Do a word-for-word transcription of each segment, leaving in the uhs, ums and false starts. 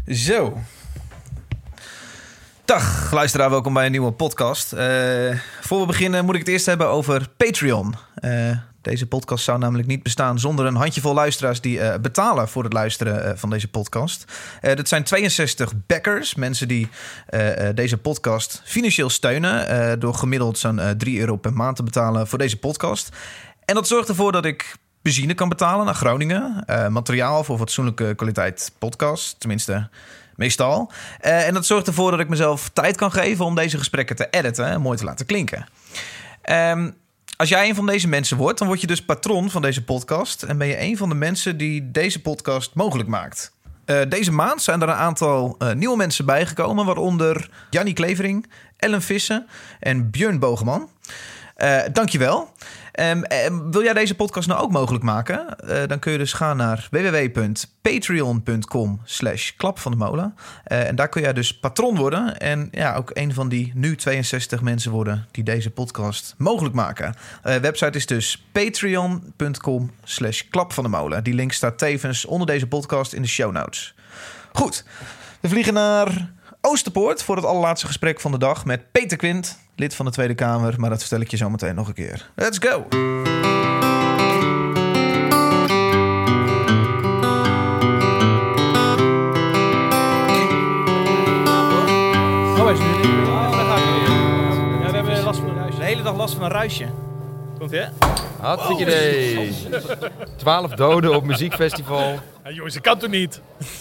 Zo. Dag luisteraar, welkom bij een nieuwe podcast. Uh, voor we beginnen moet ik het eerst hebben over Patreon. Uh, deze podcast zou namelijk niet bestaan zonder een handjevol luisteraars die uh, betalen voor het luisteren uh, van deze podcast. Uh, dat zijn tweeënzestig backers, mensen die uh, uh, deze podcast financieel steunen uh, door gemiddeld zo'n uh, drie euro per maand te betalen voor deze podcast. En dat zorgt ervoor dat ik benzine kan betalen naar Groningen, uh, materiaal voor fatsoenlijke kwaliteit podcast, tenminste meestal. Uh, en dat zorgt ervoor dat ik mezelf tijd kan geven om deze gesprekken te editen en mooi te laten klinken. Um, als jij een van deze mensen wordt, dan word je dus patron van deze podcast en ben je een van de mensen die deze podcast mogelijk maakt. Uh, deze maand zijn er een aantal uh, nieuwe mensen bijgekomen, waaronder Jannie Klevering, Ellen Vissen en Björn Bogeman. Uh, dankjewel. Um, um, wil jij deze podcast nou ook mogelijk maken? Uh, dan kun je dus gaan naar w w w punt patreon punt com slash klap van de molen. Uh, en daar kun jij dus patron worden. En ja, ook een van die nu tweeënzestig mensen worden die deze podcast mogelijk maken. Uh, website is dus patreon punt com slash klap van de molen. Die link staat tevens onder deze podcast in de show notes. Goed, we vliegen naar Oosterpoort voor het allerlaatste gesprek van de dag met Peter Quint, lid van de Tweede Kamer, maar dat vertel ik je zo meteen nog een keer. Let's go! Oh, hij is nu niet. Oh, daar gaat hij weer. Ja, we hebben last van een ruisje. De hele dag last van een ruisje. Komt ie, hè? Hartstikke idee. Twaalf doden op muziekfestival. Ja, jongens, dat kan toch niet?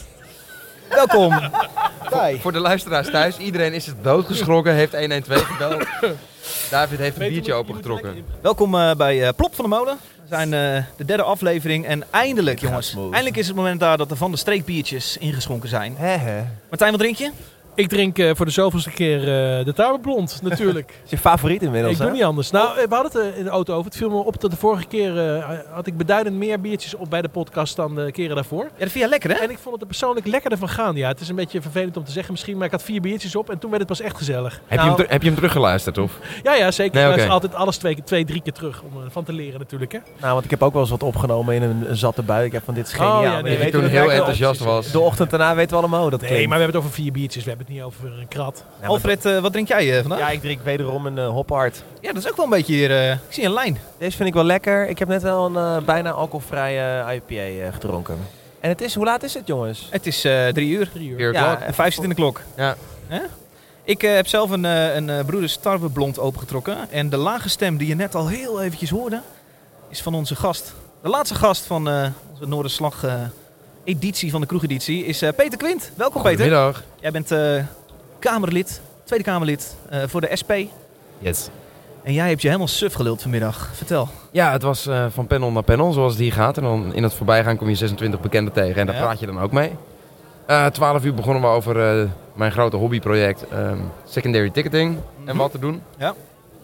Welkom. Voor, voor de luisteraars thuis, iedereen is het doodgeschrokken, heeft honderdtwaalf gebeld. David heeft een biertje opengetrokken. Welkom uh, bij uh, Plop van de Molen. We zijn uh, de derde aflevering en eindelijk, jongens, eindelijk is het moment daar dat er van de streekbiertjes ingeschonken zijn. He he. Martijn, wat drink je? Ik drink uh, voor de zoveelste keer uh, de Tarweblond, natuurlijk. Is je favoriet inmiddels, Ik hè? doe niet anders. Nou, we hadden het in de auto over. Het viel me op dat de vorige keer uh, had ik beduidend meer biertjes op bij de podcast dan de keren daarvoor. Ja, dat vind je lekker, hè? En ik vond het er persoonlijk lekkerder van gaan. Ja, het is een beetje vervelend om te zeggen misschien, maar ik had vier biertjes op en toen werd het pas echt gezellig. Heb, nou, je, hem ter, heb je hem teruggeluisterd, of? Ja, ja, zeker. Nee, Ik okay. luister altijd alles twee, twee, drie keer terug om ervan te leren natuurlijk, hè? Nou, want ik heb ook wel eens wat opgenomen in een, een zatte bui. Ik heb van dit is geniaal. Oh, ja, Maar nee, je Dat weet je hoe toen het heel werkt. enthousiast was. De ochtend daarna weten we allemaal hoe dat klinkt. Nee, maar we hebben het over vier biertjes. We hebben het niet over een krat. Ja, Alfred, uh, wat drink jij uh, vandaag? Ja, ik drink wederom een uh, Hophard. Ja, dat is ook wel een beetje hier. Uh, ik zie een lijn. Deze vind ik wel lekker. Ik heb net wel een uh, bijna alcoholvrije I P A uh, gedronken. En het is, hoe laat is het, jongens? Het is uh, drie uur. Drie uur. Vier Ja, o'clock. En vijf zit in de klok. Ja. Huh? Ik uh, heb zelf een, uh, een uh, Broeders Tarweblond opengetrokken. En de lage stem die je net al heel eventjes hoorde, is van onze gast. De laatste gast van uh, onze Noorderslag uh, editie van de kroegeditie is uh, Peter Quint. Welkom, Peter. Goedemiddag. Jij bent uh, Kamerlid, Tweede Kamerlid uh, voor de S P. Yes. En jij hebt je helemaal suf geluld vanmiddag. Vertel. Ja, het was uh, van panel naar panel, zoals het hier gaat. En dan in het voorbijgaan kom je zesentwintig bekenden tegen en daar Ja. praat je dan ook mee. Uh, twaalf uur begonnen we over uh, mijn grote hobbyproject um, secondary ticketing Mm-hmm. en wat te doen. Ja.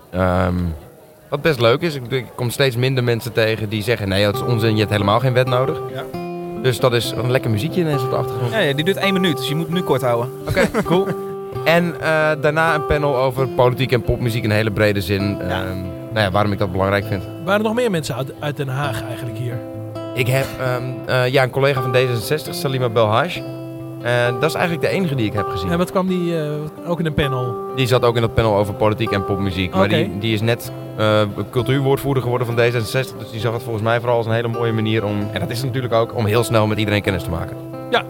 Um, wat best leuk is, ik, ik kom steeds minder mensen tegen die zeggen nee, dat is onzin, je hebt helemaal geen wet nodig. Ja. Dus dat is een lekker muziekje ineens op de achtergrond. Ja, ja, die duurt één minuut, dus je moet het nu kort houden. Oké, okay, cool. En uh, daarna een panel over politiek en popmuziek in een hele brede zin. Ja. Um, nou ja, waarom ik dat belangrijk vind. Waren er nog meer mensen uit, uit Den Haag eigenlijk hier? Ik heb um, uh, ja, een collega van D zesenzestig, Salima Belhaj. Uh, dat is eigenlijk de enige die ik heb gezien. En wat kwam die uh, ook in een panel? Die zat ook in dat panel over politiek en popmuziek. Maar Okay. die, die is net uh, cultuurwoordvoerder geworden van D zesenzestig. Dus die zag het volgens mij vooral als een hele mooie manier om... En dat is het natuurlijk ook, om heel snel met iedereen kennis te maken.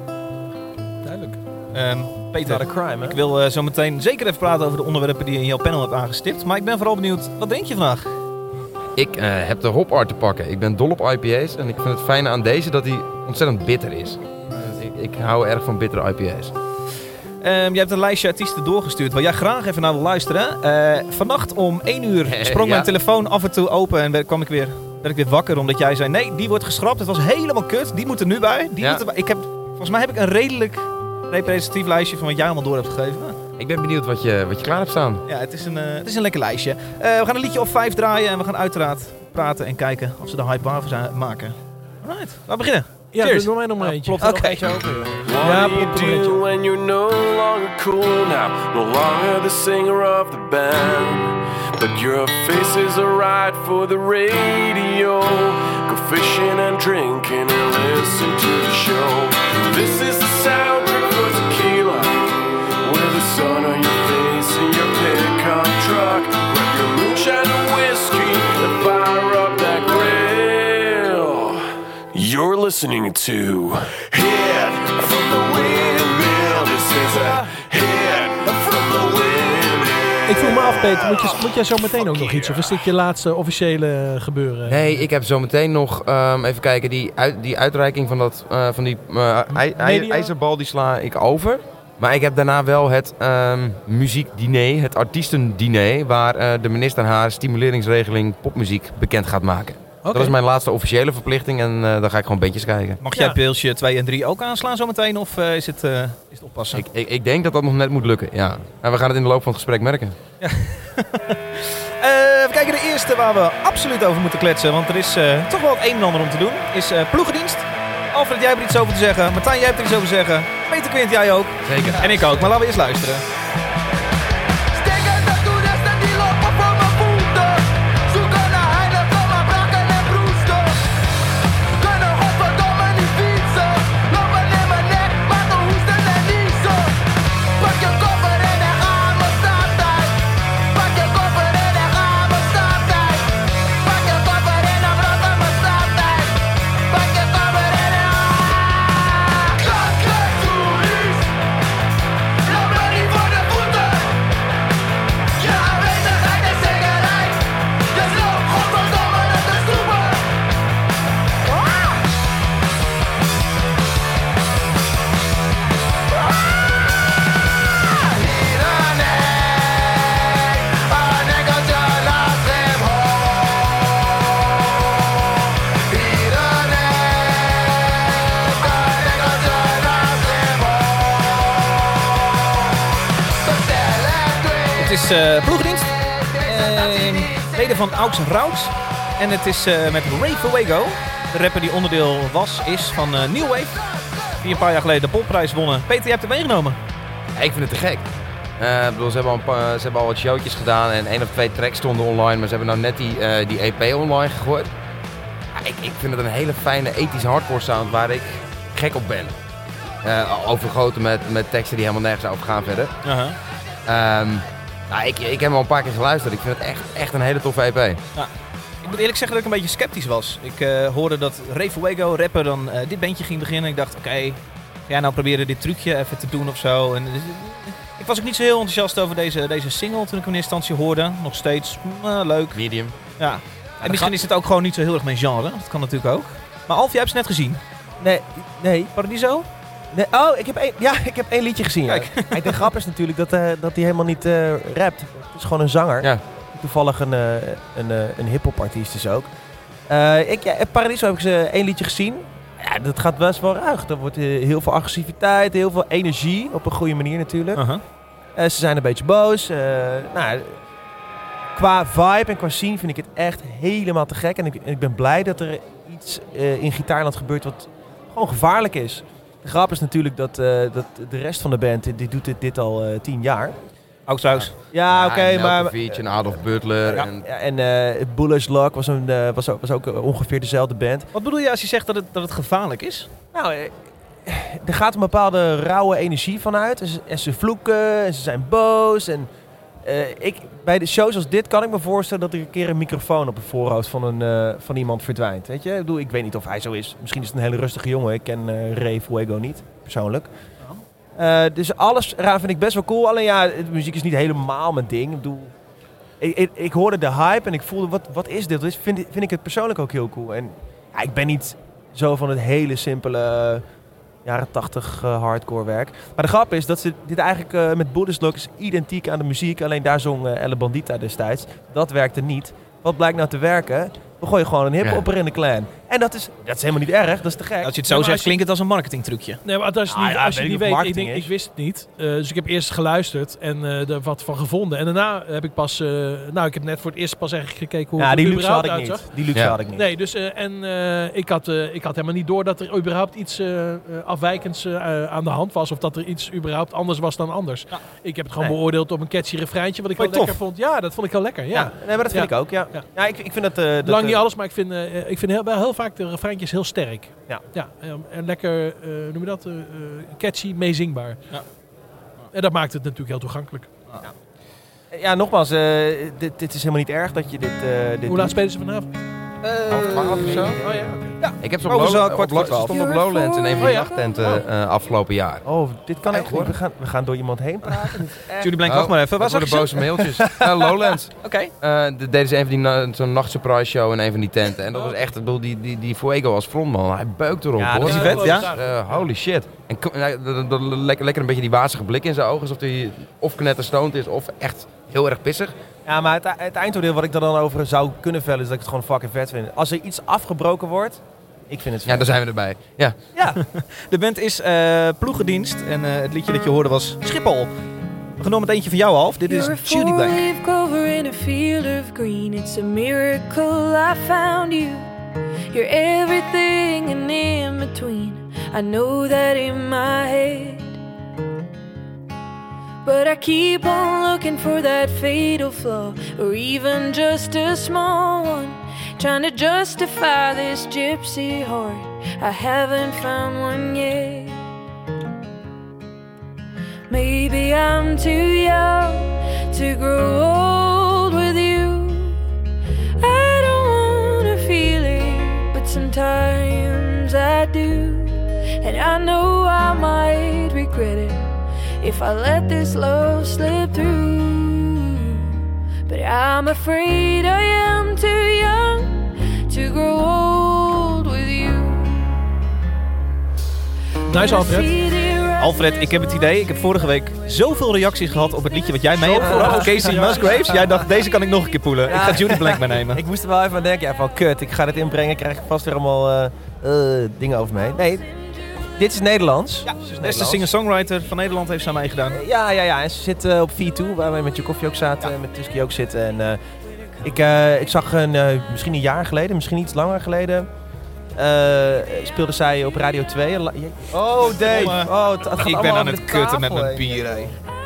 Duidelijk. Um, Peter, Not a crime, hè? ik wil uh, zo meteen zeker even praten over de onderwerpen die je in jouw panel hebt aangestipt. Maar ik ben vooral benieuwd, wat drink je vandaag? Ik uh, heb de Hophard te pakken. Ik ben dol op I P A's. En ik vind het fijne aan deze dat hij ontzettend bitter is. Dus ik, ik hou erg van bittere I P A's. Um, je hebt een lijstje artiesten doorgestuurd waar jij graag even naar wil luisteren. Uh, vannacht om één uur sprong Ja. mijn telefoon af en toe open en werd, kwam ik weer, werd ik weer wakker omdat jij zei nee, die wordt geschrapt. Het was helemaal kut. Die moet er nu bij. Die Ja. moet er bij. Ik heb, volgens mij heb ik een redelijk representatief lijstje van wat jij allemaal door hebt gegeven. Ik ben benieuwd wat je, wat je klaar hebt staan. Ja, het is een, uh, het is een lekker lijstje. Uh, we gaan een liedje of vijf draaien en we gaan uiteraard praten en kijken of ze de hype bar van maken. Alright, laten we beginnen. Ja, Cheers. doe maar nog maar eentje. Klopt er nog Oké. eentje open? Ja, What do you plop er eentje. do when you're no longer cool now? No longer the singer of the band, but your face is alright for the radio. Go fishing and drinking and listen to the show. This is the soundtrack for the You're listening to Hit from the Windmill. This is a hit from the windmill. Ik vroeg me af, Peter, moet, je, moet jij zo meteen ook nog iets? Of is dit je laatste officiële gebeuren? Nee, ik heb zo meteen nog, um, even kijken, die, uit, die uitreiking van, dat, uh, van die uh, ij, ij, ijzerbal, die sla ik over. Maar ik heb daarna wel het um, muziekdiner, het artiestendiner, waar uh, de minister haar stimuleringsregeling popmuziek bekend gaat maken. Okay. Dat is mijn laatste officiële verplichting en uh, dan ga ik gewoon beetjes kijken. Mag jij Ja. pilsje twee en drie ook aanslaan zometeen of uh, is, het, uh, is het oppassen? Ik, ik, ik denk dat dat nog net moet lukken, ja. En we gaan het in de loop van het gesprek merken. Uh, we kijken de eerste waar we absoluut over moeten kletsen, want er is uh, toch wel het een en ander om te doen. Is uh, ploegendienst. Alfred, jij hebt er iets over te zeggen. Martijn, jij hebt er iets over te zeggen. Peter Quint, jij ook. Zeker. En ik ook, maar laten we eerst luisteren. Het is uh, ploegdienst. Uh, leden van Aux Rauts. En het is uh, met Ray Fuego. De rapper die onderdeel was, is van uh, New Wave. Die een paar jaar geleden de Popprijs wonnen. Peter, je hebt het meegenomen. Ja, ik vind het te gek. Uh, ik bedoel, ze, hebben al een paar, ze hebben al wat showtjes gedaan en één of twee tracks stonden online. Maar ze hebben nou net die, uh, die E P online gegooid. Ja, ik, ik vind het een hele fijne ethische hardcore sound waar ik gek op ben. Uh, overgoten met, met teksten die helemaal nergens over gaan verder. Uh-huh. Um, nou, ik, ik heb hem al een paar keer geluisterd. Ik vind het echt, echt een hele toffe E P. Ja. Ik moet eerlijk zeggen dat ik een beetje sceptisch was. Ik uh, hoorde dat Ray Fuego, rapper, dan uh, dit bandje ging beginnen. Ik dacht, oké, okay, ga jij nou proberen dit trucje even te doen of zo. En, dus, ik was ook niet zo heel enthousiast over deze, deze single toen ik hem in eerste instantie hoorde. Nog steeds uh, leuk. Medium. Ja. En ja, misschien is het ook gewoon niet zo heel erg mijn genre. Dat kan natuurlijk ook. Maar Alf, jij hebt ze net gezien. Nee, nee. Paradiso? nee. Oh, ik heb één, ja, ik heb één liedje gezien. Ja. Kijk. Kijk, de grap is natuurlijk dat, uh, dat hij helemaal niet uh, rapt. Het is gewoon een zanger. Ja. Toevallig een, uh, een, uh, een hip-hop artiest is ook. Uh, ik, ja, Paradiso heb ik ze één liedje gezien. Ja, dat gaat best wel ruig. Er wordt uh, heel veel agressiviteit, heel veel energie. Op een goede manier natuurlijk. Uh-huh. Uh, ze zijn een beetje boos. Uh, nou, qua vibe en qua scene vind ik het echt helemaal te gek. En ik, en ik ben blij dat er iets uh, in Gitaarland gebeurt wat gewoon gevaarlijk is. De grap is natuurlijk dat, uh, dat de rest van de band, die doet dit, dit al uh, tien jaar. Oudshuis. Ja, oké, okay, maar... Malkovich en Adolf Butler. Ja. En... Ja, en uh, Buller's Luck was, een, uh, was, ook, was ook uh, ongeveer dezelfde band. Wat bedoel je als je zegt dat het, dat het gevaarlijk is? Nou, uh, er gaat een bepaalde rauwe energie vanuit. En ze, en ze vloeken en ze zijn boos. En, uh, ik, bij de shows als dit kan ik me voorstellen dat er een keer een microfoon op het voorhoofd van, een, uh, van iemand verdwijnt. Weet je? Ik, bedoel, ik weet niet of hij zo is. Misschien is het een hele rustige jongen. Ik ken uh, Ray Fuego niet, persoonlijk. Uh, dus alles eraan vind ik best wel cool. Alleen ja, de muziek is niet helemaal mijn ding. Ik bedoel, ik, ik, ik hoorde de hype en ik voelde, wat, wat is dit? Dus vind, vind ik het persoonlijk ook heel cool. En ja, ik ben niet zo van het hele simpele uh, jaren tachtig uh, hardcore werk. Maar de grap is dat ze dit eigenlijk uh, met Buddhist Look is identiek aan de muziek. Alleen daar zong uh, Elle Bandita destijds. Dat werkte niet. Wat blijkt nou te werken? We gooien gewoon een hip-hopper ja. in de clan. En dat is, dat is helemaal niet erg, dat is te gek. Als je het zo ja, zegt, je... klinkt het als een marketingtrucje. Nee, maar als je, ah, niet, ja, als je het niet weet, ik, denk, is. ik wist het niet. Uh, dus ik heb eerst geluisterd en uh, er wat van gevonden. En daarna heb ik pas, uh, nou ik heb net voor het eerst pas eigenlijk gekeken hoe ja, het die er luxe had überhaupt ik uitzag. niet. Die luxe ja. had ik niet. Nee, dus uh, en uh, ik, had, uh, ik had helemaal niet door dat er überhaupt iets uh, afwijkends uh, aan de hand was. Of dat er iets überhaupt anders was dan anders. Ja. Ik heb het gewoon nee. beoordeeld op een catchy refreintje wat ik wel lekker vond. Ja, dat vond ik wel lekker. Ja, ja nee, maar dat vind ja. ik ook. Ja, ja. ja ik, ik vind dat, uh, dat lang uh, niet alles, maar ik vind, uh, ik vind heel, wel heel vaak de refreintjes heel sterk. Ja. Ja, en lekker, uh, noem je dat, uh, catchy, meezingbaar. Ja. En dat maakt het natuurlijk heel toegankelijk. Ja, ja nogmaals, uh, dit, dit is helemaal niet erg dat je dit... Uh, dit Hoe laat spelen ze vanavond? Uh, half twaalf of zo. Oh ja, okay. Ja, ik heb ze op, oh, Low- zo, kwart op, voor Lo- stond op Lowlands in een van die oh, ja? nachttenten uh, afgelopen jaar. Oh, dit kan Echt, echt hoor. niet. We gaan, we gaan door iemand heen praten. Judy Blank, wacht maar even. Waar dat zag worden je boze mailtjes. uh, Lowlands. Oké. Okay. Uh, de, deden ze een van die na- zo'n nachtsurprise show in een van die tenten. En dat was echt, ik bedoel, die, die, die Fuego als frontman, hij beukt erop, ja, hoor. dat is vet, ja. Uh, holy shit. En uh, dat, dat, lekker, lekker een beetje die wazige blik in zijn ogen, alsof hij of knetterstoned is of echt heel erg pissig. Ja, maar het, het eindoordeel wat ik er dan over zou kunnen vellen is dat ik het gewoon fucking vet vind. Als er iets afgebroken wordt, ik vind het vet. Ja, daar zijn we erbij. Ja. Ja. De band is uh, Ploegendienst en uh, het liedje dat je hoorde was Schiphol. We gaan door met eentje van jou, Alf. Dit is Judy Blank. You're a four-leaf in a field of green. It's a miracle I found you. You're everything and in between. I know that in my head. But I keep on looking for that fatal flaw, or even just a small one, trying to justify this gypsy heart. I haven't found one yet. Maybe I'm too young to grow old with you. I don't wanna feel it, but sometimes I do. And I know I might regret it if I let this love slip through. But I'm afraid I am too young to grow old with you. Nice, Alfred. Alfred, ik heb het idee, ik heb vorige week zoveel reacties gehad op het liedje wat jij mee hebt gebracht. Ja. Casey Musgraves. Jij dacht, deze kan ik nog een keer poelen. Ja. Ik ga Judy Blank meenemen. Ik moest er wel even aan denken. Ja, van kut, ik ga dit inbrengen. Krijg ik vast weer allemaal uh, uh, dingen over me heen. Nee, dit is Nederlands. Ja, de beste singer-songwriter van Nederland heeft ze aan meegedaan. Ja, ja, ja. En ze zit uh, op V twee, waar wij met je koffie ook zaten. Ja. En met Tusky ook zitten. En uh, ik, uh, ik zag een, uh, misschien een jaar geleden, misschien iets langer geleden. Uh, speelde zij op Radio twee. Oh, Dave. Oh, het, het gaat ik ben aan het kutten met mijn bier. Hé.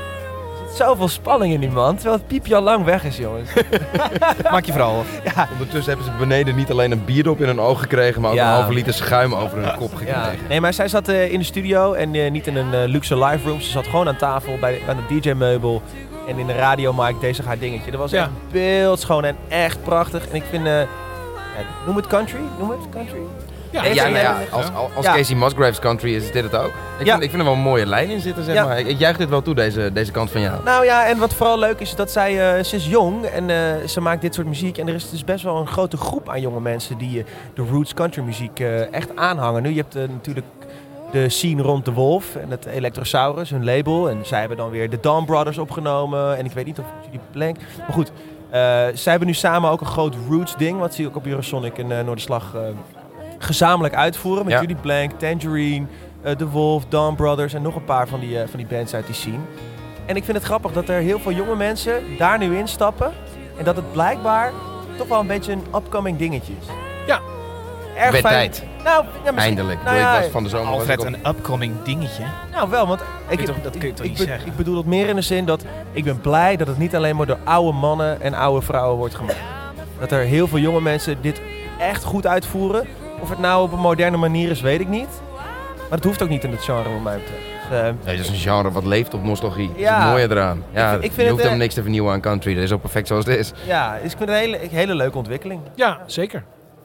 Er zit zoveel spanning in die man, terwijl het piepje al lang weg is, jongens. Maak je vooral. Ja. Ondertussen hebben ze beneden niet alleen een bierdop in hun oog gekregen, maar ook ja. een halve liter schuim over hun kop gekregen. Ja. Nee, maar zij zat uh, in de studio en uh, niet in een uh, luxe live room. Ze zat gewoon aan tafel bij, bij een D J-meubel. En in de radiomic deed ze haar dingetje. Dat was ja. echt beeldschoon en echt prachtig. En ik vind... Uh, ja, noem het country? Noem het country? Ja, ja, nou ja, als, als ja. Casey Musgraves country is dit het ook. Ik, ja. vind, ik vind er wel een mooie lijn in zitten, zeg ja. maar. Ik, ik juich dit wel toe, deze, deze kant van jou. Nou ja, en wat vooral leuk is, dat zij, uh, ze is jong en uh, ze maakt dit soort muziek. En er is dus best wel een grote groep aan jonge mensen die uh, de roots country muziek uh, echt aanhangen. Nu, je hebt uh, natuurlijk de scene rond de Wolf en het Electrosaurus, hun label. En zij hebben dan weer de Dawn Brothers opgenomen. En ik weet niet of Judy Blank... Maar goed, uh, zij hebben nu samen ook een groot roots ding. Wat zie ik ook op Eurosonic in uh, Noorderslag... Uh, gezamenlijk uitvoeren met ja. Judy Blank, Tangerine, uh, The Wolf, Dawn Brothers en nog een paar van die, uh, van die bands uit die scene. En ik vind het grappig dat er heel veel jonge mensen daar nu instappen en dat het blijkbaar toch wel een beetje een upcoming dingetje is. Ja. Erg fijn. Tijd. Nou, ja, eindelijk. Nou, ja, ik was van de zomer Alfred, was ik een upcoming dingetje. Nou wel, want ik, ik, toch, dat kun je toch ik, niet ik, zeggen? Ik bedoel het meer in de zin dat ik ben blij dat het niet alleen maar door oude mannen en oude vrouwen wordt gemaakt. Dat er heel veel jonge mensen dit echt goed uitvoeren. Of het nou op een moderne manier is, weet ik niet. Maar het hoeft ook niet in het genre, wat mij betreft. Dus, uh, nee, dat is een genre wat leeft op nostalgie. Dat ja, is het mooie eraan. Ja, ik vind, ik vind je hoeft het, hem niks te vernieuwen aan country. Dat is ook perfect zoals het is. Ja, dus ik vind het een hele, een hele leuke ontwikkeling. Ja, zeker.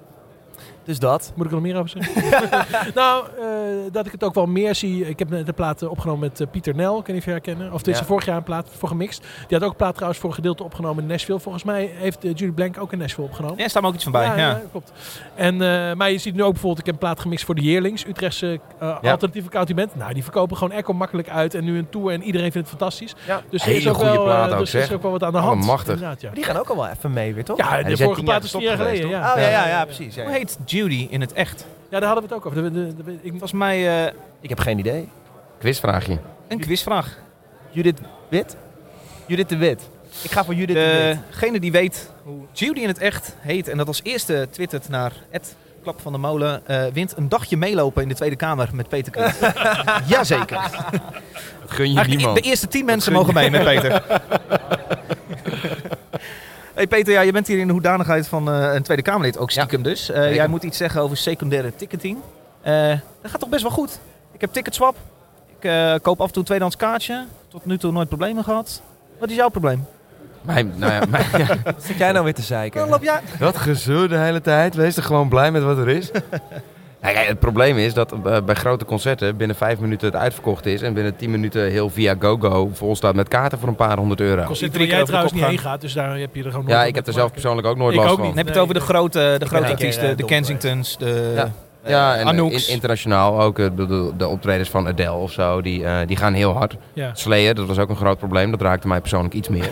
Dus dat. Moet ik er nog meer over zeggen? nou, uh, dat ik het ook wel meer zie. Ik heb net de plaat opgenomen met uh, Pieter Nel. Ik weet niet of je herkennen. Of dit is ja. vorig jaar een plaat voor gemixt. Die had ook een plaat trouwens voor een gedeelte opgenomen in Nashville. Volgens mij heeft uh, Judy Blank ook in Nashville opgenomen. Ja, staat me ook iets van bij. Ja, ja. ja klopt. En, uh, maar je ziet nu ook bijvoorbeeld, ik heb een plaat gemixt voor de Yearlings. Utrechtse uh, ja. alternatieve country band. Nou, die verkopen gewoon echt makkelijk uit. En nu een tour en iedereen vindt het fantastisch. Ja. Dus hele er is ook goede wel, plaat uh, ook, dus zeg. er is ook wel wat aan de hand. Machtig. Ja. Die gaan ook al wel even mee weer, toch? Ja, ja de vorige plaat is vier jaar geleden. Ja. Oh ja, ja, ja, precies. Ja, ja. Hoe heet Judy in het echt? Ja, daar hadden we het ook over. De, de, de, de, ik, Volgens mij... Uh, ik heb geen idee. Quizvraagje. Een quizvraag. Judith Wit? Judith de Wit. Ik ga voor Judith de Wit. Degene die weet hoe Judy in het echt heet en dat als eerste twittert naar het Klap van de Molen, uh, wint een dagje meelopen in de Tweede Kamer met Peter Quint. Jazeker. Dat gun je niemand. De eerste tien mensen mogen mee met Peter. Hey Peter, ja, je bent hier in de hoedanigheid van uh, een Tweede Kamerlid, ook stiekem ja. dus. Uh, jij moet iets zeggen over secundaire ticketing. Uh, dat gaat toch best wel goed. Ik heb Ticketswap. Ik uh, koop af en toe een tweedehands kaartje. Tot nu toe nooit problemen gehad. Wat is jouw probleem? Mijn, nou ja, mijn, ja. Wat zit jij nou weer te zeiken? Dan loop jij... Dat gezeur de hele tijd. Wees er gewoon blij met wat er is. Ja, kijk, het probleem is dat uh, bij grote concerten binnen vijf minuten het uitverkocht is. En binnen tien minuten heel via GoGo vol staat met kaarten voor een paar honderd euro. Concert waar jij trouwens niet heen gaat, dus daar heb je er gewoon Ja, ik heb er zelf persoonlijk ook nooit ik last ook van. niet. Dan heb je het over de grote, de Ik grote ben een keer, artiesten, uh, de dol Kensingtons, de Ja. uh, Ja, en Anouks. in, internationaal ook uh, de, de, de optredens van Adele of zo, die, uh, die gaan heel hard. Ja. Slayer, dat was ook een groot probleem. Dat raakte mij persoonlijk iets meer.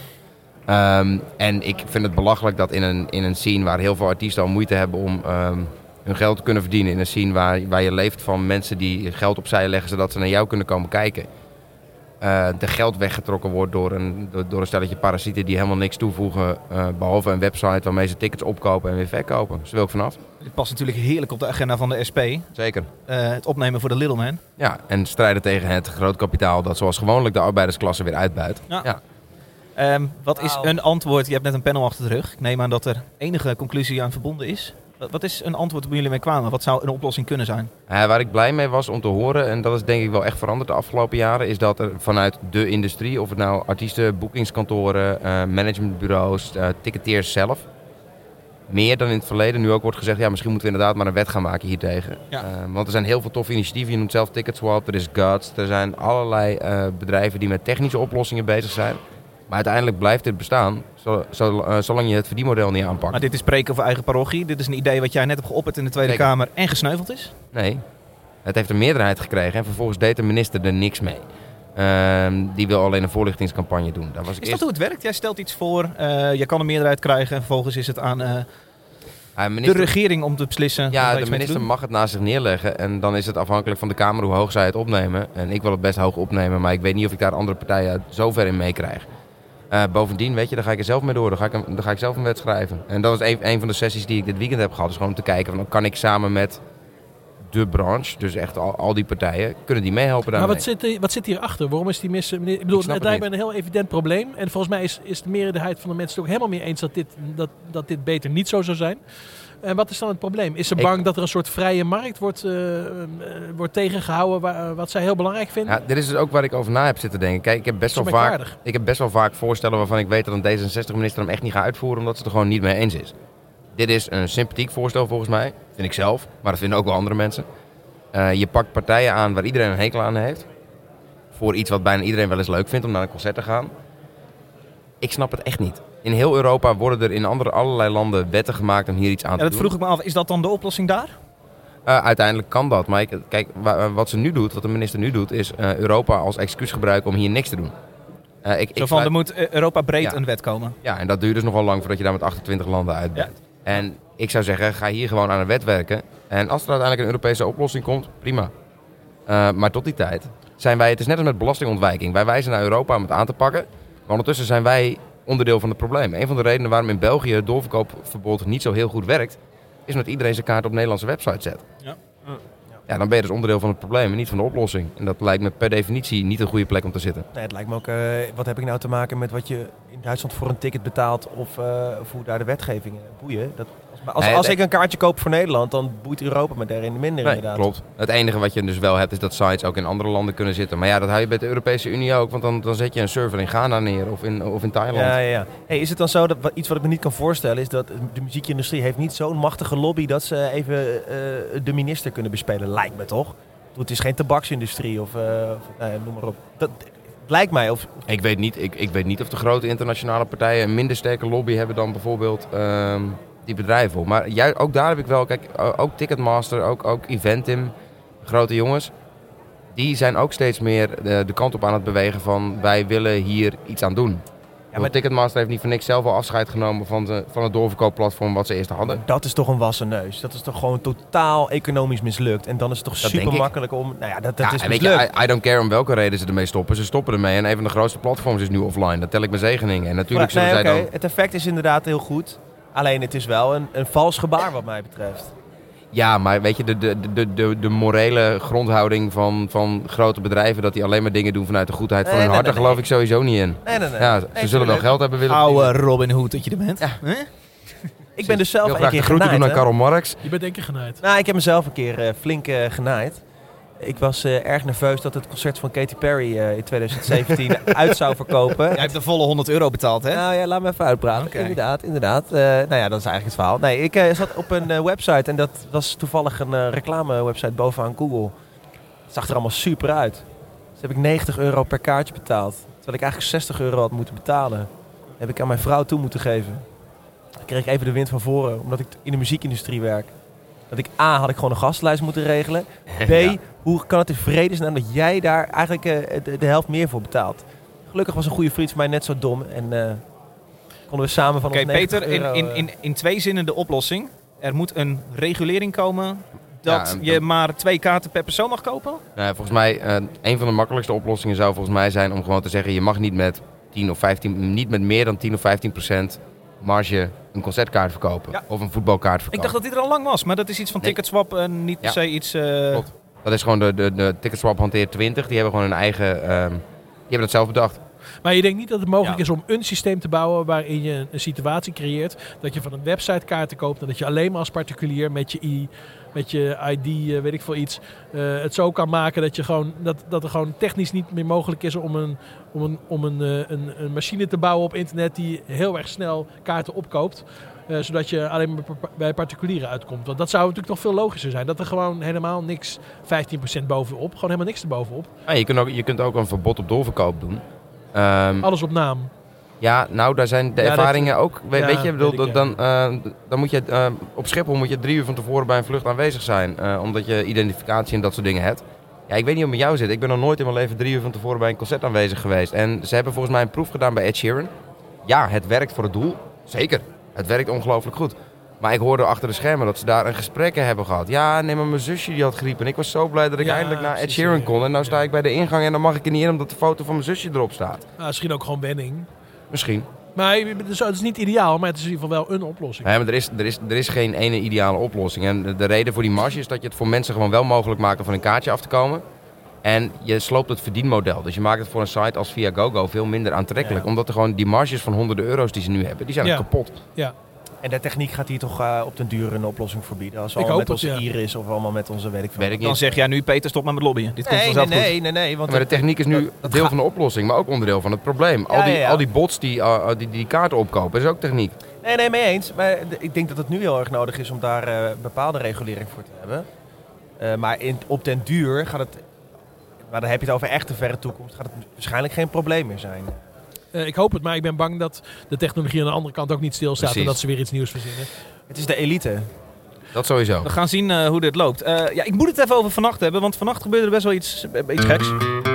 um, en ik vind het belachelijk dat in een, in een scene waar heel veel artiesten al moeite hebben om um, hun geld te kunnen verdienen. In een scene waar, waar je leeft van mensen die geld opzij leggen zodat ze naar jou kunnen komen kijken. Uh, de geld weggetrokken wordt door een, door, door een stelletje parasieten die helemaal niks toevoegen. Uh, behalve een website waarmee ze tickets opkopen en weer verkopen. Dus daar wil ik vanaf. Dit past natuurlijk heerlijk op de agenda van de S P. Uh, Zeker. het opnemen voor de Little Man. Ja, en strijden tegen het groot kapitaal dat zoals gewoonlijk de arbeidersklasse weer uitbuit. Ja. Ja. Um, wat is Wauw. een antwoord? Je hebt net een panel achter de rug. Ik neem aan dat er enige conclusie aan verbonden is. Wat, wat is een antwoord waar jullie mee kwamen? Wat zou een oplossing kunnen zijn? Uh, waar ik blij mee was om te horen, en dat is denk ik wel echt veranderd de afgelopen jaren, is dat er vanuit de industrie, of het nou artiesten, boekingskantoren, uh, managementbureaus, uh, ticketeers zelf, meer dan in het verleden nu ook wordt gezegd, ja, misschien moeten we inderdaad maar een wet gaan maken hiertegen. Ja. Uh, want er zijn heel veel toffe initiatieven. Je noemt zelf Ticketswap, er is Guts, er zijn allerlei uh, bedrijven die met technische oplossingen bezig zijn. Maar uiteindelijk blijft dit bestaan, zo, zo, uh, zolang je het verdienmodel niet aanpakt. Maar dit is spreken over eigen parochie. Dit is een idee wat jij net hebt geopperd in de Tweede Zeker. Kamer en gesneuveld is. Nee, het heeft een meerderheid gekregen en vervolgens deed de minister er niks mee. Uh, die wil alleen een voorlichtingscampagne doen. Daar was ik Is eerst... dat hoe het werkt? Jij stelt iets voor, uh, je kan een meerderheid krijgen en vervolgens is het aan uh, Uh, minister... de regering om te beslissen. om daar Ja, iets de mee te minister doen. mag het naast zich neerleggen en dan is het afhankelijk van de Kamer hoe hoog zij het opnemen. En ik wil het best hoog opnemen, maar ik weet niet of ik daar andere partijen zo ver in meekrijg. Uh, bovendien, weet je, daar ga ik er zelf mee door. Dan ga ik, een, dan ga ik zelf een wet schrijven. En dat is een, een van de sessies die ik dit weekend heb gehad. Dus gewoon om te kijken, van, kan ik samen met de branche, dus echt al, al die partijen, kunnen die meehelpen daarmee. Maar wat zit, er- wat zit hierachter? Waarom is die mis... Ik bedoel, Ik snap het het lijkt me een heel evident probleem. En volgens mij is, is de meerderheid van de mensen het ook helemaal mee eens dat dit, dat, dat dit beter niet zo zou zijn. En wat is dan het probleem? Is ze Ik- bang dat er een soort vrije markt wordt, uh, uh, wordt tegengehouden, waar, wat zij heel belangrijk vinden? Ja, dit is dus ook waar ik over na heb zitten denken. Kijk, ik heb best Dat wel is vaak, merkwaardig. ik heb best wel vaak voorstellen waarvan ik weet dat een D zesenzestig-minister hem echt niet gaat uitvoeren, omdat ze het er gewoon niet mee eens is. Dit is een sympathiek voorstel volgens mij, vind ik zelf, maar dat vinden ook wel andere mensen. Uh, je pakt partijen aan waar iedereen een hekel aan heeft, voor iets wat bijna iedereen wel eens leuk vindt om naar een concert te gaan. Ik snap het echt niet. In heel Europa worden er in andere, allerlei landen wetten gemaakt om hier iets aan Ja, te dat doen. vroeg ik me af. Is dat dan de oplossing daar? Uh, uiteindelijk kan dat. Maar ik, kijk, wa- wat ze nu doet, wat de minister nu doet, is uh, Europa als excuus gebruiken om hier niks te doen. Uh, ik, Zo ik van, sluit- er moet uh, Europa breed Ja. een wet komen. Ja, en dat duurt dus nogal lang voordat je daar met achtentwintig landen uit bent. En ik zou zeggen, ga hier gewoon aan een wet werken. En als er uiteindelijk een Europese oplossing komt, prima. Uh, maar tot die tijd zijn wij, het is net als met belastingontwijking. Wij wijzen naar Europa om het aan te pakken. Maar ondertussen zijn wij onderdeel van het probleem. Een van de redenen waarom in België het doorverkoopverbod niet zo heel goed werkt, is omdat iedereen zijn kaart op Nederlandse website zet. Ja. Ja, dan ben je dus onderdeel van het probleem en niet van de oplossing. En dat lijkt me per definitie niet een goede plek om te zitten. Nee, het lijkt me ook, uh, wat heb ik nou te maken met wat je in Duitsland voor een ticket betaalt of, uh, of hoe daar de wetgeving boeien. Dat, als als, Nee, als nee. ik een kaartje koop voor Nederland, dan boeit Europa me daarin minder Nee, inderdaad. klopt. Het enige wat je dus wel hebt is dat sites ook in andere landen kunnen zitten. Maar ja, dat hou je bij de Europese Unie ook. Want dan, dan zet je een server in Ghana neer of in, of in Thailand. Ja, ja, ja. Hey, is het dan zo dat wat- iets wat ik me niet kan voorstellen is dat de muziekindustrie heeft niet zo'n machtige lobby dat ze even uh, de minister kunnen bespelen, lijkt me toch? Het is geen tabaksindustrie of, uh, of nou ja, noem maar op. Dat lijkt mij. Of, Ik weet niet, ik, ik weet niet of de grote internationale partijen een minder sterke lobby hebben dan bijvoorbeeld ehm, die bedrijven. Maar jij, ook daar heb ik wel, kijk, ook Ticketmaster, ook, ook Eventim, grote jongens, die zijn ook steeds meer de, de kant op aan het bewegen van wij willen hier iets aan doen. Ja, maar Ticketmaster heeft niet voor niks zelf al afscheid genomen van, de, van het doorverkoopplatform wat ze eerst hadden. dat is toch een wassen neus. Dat is toch gewoon totaal economisch mislukt. En dan is het toch Dat denk super ik. makkelijk om... Nou ja, dat, dat Ja, is en weet je, mislukt. I, I don't care om welke reden ze ermee stoppen. Ze stoppen ermee en een van de grootste platforms is nu offline. Dat tel ik mijn zegeningen. En natuurlijk Maar, zullen nee, zij oké, dan... Het effect is inderdaad heel goed. Alleen het is wel een, een vals gebaar wat mij betreft. Ja, maar weet je, de, de, de, de, de morele grondhouding van, van grote bedrijven, dat die alleen maar dingen doen vanuit de goedheid van Nee, hun nee, hart, daar nee, geloof nee. ik sowieso niet in. Nee, nee, nee. Ja, ze Nee, zullen wel tuurlijk. geld hebben willen Oude verdienen. Robin Hood dat je er bent. Ja. Ik ben dus zelf Heel een graag keer de groeten doen genaaid. aan hè. Karl Marx. Je bent denk ik genaaid. Nou, ik heb mezelf een keer uh, flink uh, genaaid. Ik was uh, erg nerveus dat het concert van Katy Perry uh, in twintig zeventien uit zou verkopen. Jij hebt de volle honderd euro betaald, hè? Nou ja, laat me even uitpraten. Okay. Inderdaad, inderdaad. Uh, nou ja, dat is eigenlijk het verhaal. Nee, ik uh, zat op een uh, website en dat was toevallig een uh, reclamewebsite bovenaan Google. Het zag er allemaal super uit. Dus heb ik negentig euro per kaartje betaald. Terwijl ik eigenlijk zestig euro had moeten betalen. Dat heb ik aan mijn vrouw toe moeten geven. Dan kreeg ik even de wind van voren, omdat ik in de muziekindustrie werk. Dat ik A, had ik gewoon een gastlijst moeten regelen. B, ja. Hoe kan het in vredesnaam dat jij daar eigenlijk uh, de, de helft meer voor betaalt? Gelukkig was een goede vriend van mij net zo dom. En uh, konden we samen van okay, ons negentig Peter, euro... in, in, in, in twee zinnen de oplossing. Er moet een regulering komen dat ja, je dan... maar twee kaarten per persoon mag kopen? Nou, volgens mij, uh, een van de makkelijkste oplossingen zou volgens mij zijn om gewoon te zeggen... je mag niet met tien of vijftien, niet met meer dan tien of vijftien procent marge een concertkaart verkopen. Ja. Of een voetbalkaart verkopen. Ik dacht dat dit er al lang was, maar dat is iets van nee. Ticketswap en niet per ja. se iets... Uh... Klopt. Dat is gewoon de, de, de Ticketswap hanteert twintig. Die hebben gewoon een eigen... Um, die hebben dat zelf bedacht. Maar je denkt niet dat het mogelijk ja. is om een systeem te bouwen waarin je een situatie creëert dat je van een website kaarten koopt en dat je alleen maar als particulier met je I, met je I D, uh, weet ik veel iets, uh, het zo kan maken dat je gewoon dat, dat er gewoon technisch niet meer mogelijk is om een om een om een, uh, een, een machine te bouwen op internet die heel erg snel kaarten opkoopt. Uh, zodat je alleen maar bij particulieren uitkomt. Want dat zou natuurlijk nog veel logischer zijn. Dat er gewoon helemaal niks, vijftien procent bovenop, gewoon helemaal niks erbovenop. Ja, je, kunt ook, je kunt ook een verbod op doorverkoop doen. Um, Alles op naam. Ja, nou, daar zijn de ja, ervaringen dat, ook. Weet, ja, weet je, bedoel, weet ik, dan, uh, dan moet je uh, op Schiphol moet je drie uur van tevoren bij een vlucht aanwezig zijn. Uh, omdat je identificatie en dat soort dingen hebt. Ja, ik weet niet hoe het met jou zit. Ik ben nog nooit in mijn leven drie uur van tevoren bij een concert aanwezig geweest. En ze hebben volgens mij een proef gedaan bij Ed Sheeran. Ja, het werkt voor het doel. Zeker. Het werkt ongelooflijk goed. Maar ik hoorde achter de schermen dat ze daar een gesprek hebben gehad. Ja, nee, maar mijn zusje die had griep. En ik was zo blij dat ik ja, eindelijk naar Ed Sheeran kon. En nou sta ik bij de ingang en dan mag ik er niet in omdat de foto van mijn zusje erop staat. Nou, misschien ook gewoon wenning. Misschien. Maar het is niet ideaal, maar het is in ieder geval wel een oplossing. Ja, maar er is, er, is, er is geen ene ideale oplossing. En de, de reden voor die marge is dat je het voor mensen gewoon wel mogelijk maakt om van een kaartje af te komen. En je sloopt het verdienmodel. Dus je maakt het voor een site als Viagogo veel minder aantrekkelijk. Ja. Omdat er gewoon die marges van honderden euro's die ze nu hebben, die zijn ja. kapot. Ja. En de techniek gaat hier toch uh, op den duur een oplossing voor bieden. Als we allemaal met het, onze ja. Iris of allemaal met onze weet ik veel. Weet ik dan zeg jij nu, Peter, stop maar met lobbyen. Dit nee, komt vanzelf nee, goed. nee, nee, nee. Want ja, maar de techniek is nu dat, dat deel ga... van de oplossing, maar ook onderdeel van het probleem. Al, ja, die, ja, ja. al die bots die, uh, die die kaarten opkopen, is ook techniek. Nee, nee, mee eens. Maar de, ik denk dat het nu heel erg nodig is om daar uh, bepaalde regulering voor te hebben. Uh, maar in, op den duur gaat het... Maar dan heb je het over echte verre toekomst. Gaat het waarschijnlijk geen probleem meer zijn. Uh, ik hoop het, maar ik ben bang dat de technologie aan de andere kant ook niet stilstaat. Precies. En dat ze weer iets nieuws verzinnen. Het is de elite. Dat sowieso. We gaan zien uh, hoe dit loopt. Uh, ja, ik moet het even over vannacht hebben, want vannacht gebeurde er best wel iets, iets geks.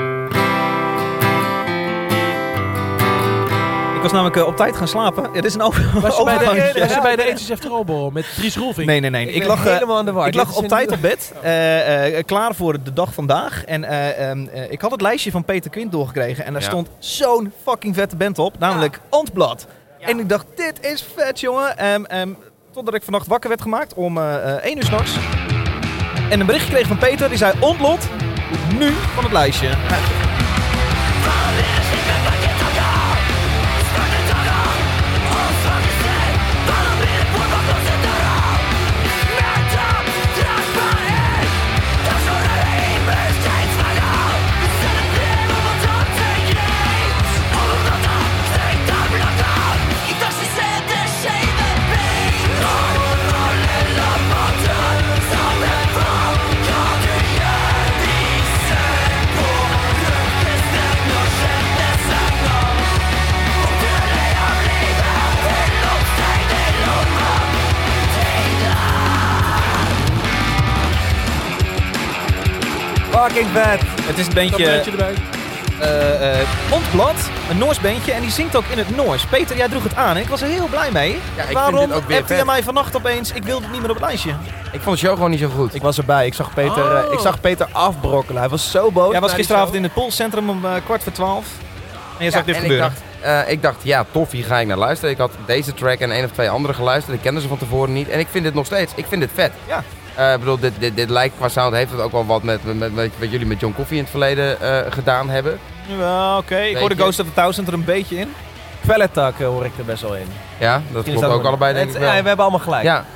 Ik was namelijk uh, op tijd gaan slapen. Ja, dit is een over- was je bij de, overgang. was je bij de Ethisch After All Ball met Dries Roelvink? Nee, nee, nee. Ik, ik lag, uh, helemaal aan de war. ik lag op tijd op bed. Uh, uh, klaar voor de dag vandaag. En uh, um, uh, ik had het lijstje van Peter Quint doorgekregen. En daar ja. stond zo'n fucking vette band op. Namelijk ja. Ontblad. Ja. En ik dacht, dit is vet, jongen. Um, um, totdat ik vannacht wakker werd gemaakt om uh, uh, één uur 's nachts. En een berichtje kreeg van Peter. Die zei, Ontblad, nu van het lijstje. Fucking vet. Het is een bandje uh, uh, Ontblad, een Noors bandje. En die zingt ook in het Noors. Peter, jij droeg het aan en ik was er heel blij mee. Ja, ik Waarom heb je mij vannacht opeens, ik wilde het niet meer op het lijstje? Ik vond de show gewoon niet zo goed. Ik was erbij. Ik zag Peter, oh. uh, ik zag Peter afbrokkelen. Hij was zo boos. Jij was gisteravond in het Poolcentrum om uh, kwart voor twaalf. En je zag ja, dit en gebeuren. Ik dacht, uh, ik dacht, ja tof, hier ga ik naar luisteren. Ik had deze track en één of twee andere geluisterd. Ik kende ze van tevoren niet. En ik vind dit nog steeds, ik vind dit vet. Ja. Ik uh, bedoel, dit, dit, dit lijkt qua sound, heeft het ook wel wat met, met, met, met wat jullie met John Coffey in het verleden uh, gedaan hebben. Ja, oké. Okay. Ik hoorde Ghost of the Thousand er een beetje in. Kvelletak uh, hoor ik er best wel in. Ja, dat klopt ook allebei denk het, ik wel. Ja, we hebben allemaal gelijk. Ja.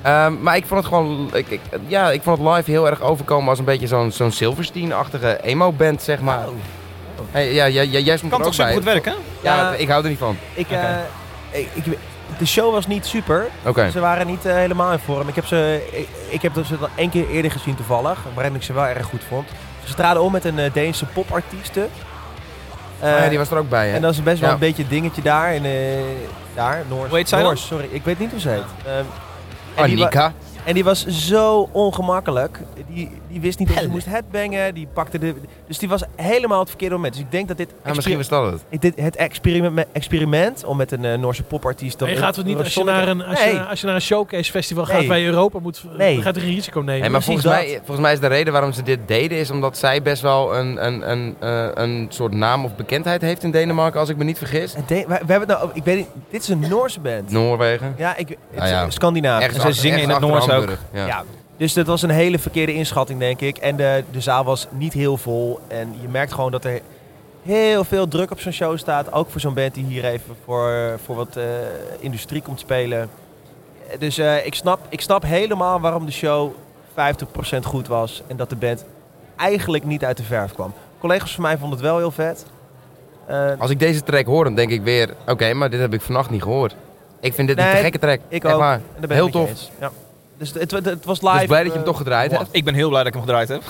Um, maar ik vond het gewoon... Ik, ik, ja, ik vond het live heel erg overkomen als een beetje zo'n, zo'n Silverstein-achtige emo-band, zeg maar. Oh. Hey, ja, ja, ja, jij stond kan er ook toch super bij. goed werken? Ja, Ja, ik hou er niet van. Ik, Okay. uh, ik, ik, de show was niet super. Okay. Ze waren niet uh, helemaal in vorm. Ik heb ze, ik, ik heb ze dan één keer eerder gezien toevallig, waarin ik ze wel erg goed vond. Ze traden om met een uh, Deense popartieste. Uh, oh ja, die was er ook bij, hè? En dat is best wel ja. een beetje een dingetje daar. In, uh, daar, Noors. Hoe heet zij Noors, sorry. Ik weet niet hoe ze heet. Ja. Um, en die Annika. wa- En die was zo ongemakkelijk. Die, die wist niet of ze moest headbangen. Die pakte de, dus die was helemaal het verkeerde moment. Dus ik denk dat dit... Ja, misschien was dat het. Dit, het experiment, experiment om met een uh, Noorse popartiest... Maar je gaat het niet als je, naar een, als, je, nee. als je naar een showcase festival gaat Nee. waar je Europa moet... Nee. Dan gaat er een risico nemen. Hey, maar volgens dat. mij, volgens mij is de reden waarom ze dit deden... is omdat zij best wel een, een, een, uh, een soort naam of bekendheid heeft in Denemarken... als ik me niet vergis. De, we, we hebben het nou... Ik weet niet, dit is een Noorse band. Noorwegen. Ja, ik, het Ah, ja. is Scandinavisch. Ergens ze achter- zingen in ergens het achter Noors ook. Hamburg. Ja. Ja, dus dat was een hele verkeerde inschatting, denk ik. En de, de zaal was niet heel vol. En je merkt gewoon dat er heel veel druk op zo'n show staat. Ook voor zo'n band die hier even voor, voor wat uh, industrie komt spelen. Dus uh, ik, snap, ik snap helemaal waarom de show vijftig procent goed was. En dat de band eigenlijk niet uit de verf kwam. Collega's van mij vonden het wel heel vet. Uh, Als ik deze track hoor, dan denk ik weer... Oké, okay, maar dit heb ik vannacht niet gehoord. Ik vind dit Nee, niet een gekke track. ik Echt ook. waar. En daar ben Heel ik met je tof. eens. Ja. Dus het, het, het was live. Dus blij dat je hem uh, toch gedraaid hebt. Ik ben heel blij dat ik hem gedraaid heb.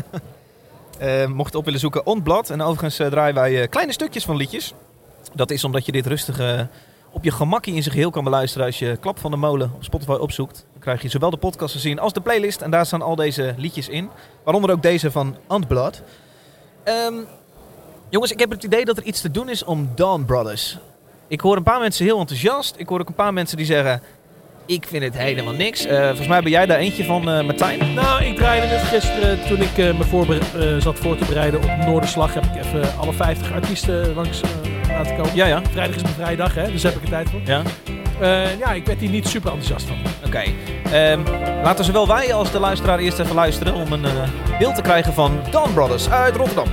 uh, mocht je op willen zoeken, On Blood. En overigens uh, draaien wij uh, kleine stukjes van liedjes. Dat is omdat je dit rustig uh, op je gemakkie in zijn geheel kan beluisteren als je Klap van de Molen op Spotify opzoekt. Dan krijg je zowel de podcast te zien als de playlist. En daar staan al deze liedjes in. Waaronder ook deze van On Blood. Um, jongens, ik heb het idee dat er iets te doen is om Dawn Brothers. Ik hoor een paar mensen heel enthousiast. Ik hoor ook een paar mensen die zeggen... Ik vind het helemaal niks. Uh, volgens mij ben jij daar eentje van, uh, Martijn. Nou, ik draaide net gisteren, toen ik uh, me voor, uh, zat voor te bereiden op Noorderslag, heb ik even alle vijftig artiesten langs uh, laten komen. Ja, ja. Vrijdag is mijn vrije dag, hè, dus heb ik er tijd voor. Ja. Uh, ja, ik werd hier niet super enthousiast van. Oké. Okay. Um, laten zowel wij als de luisteraar eerst even luisteren om een uh, beeld te krijgen van Dawn Brothers uit Rotterdam.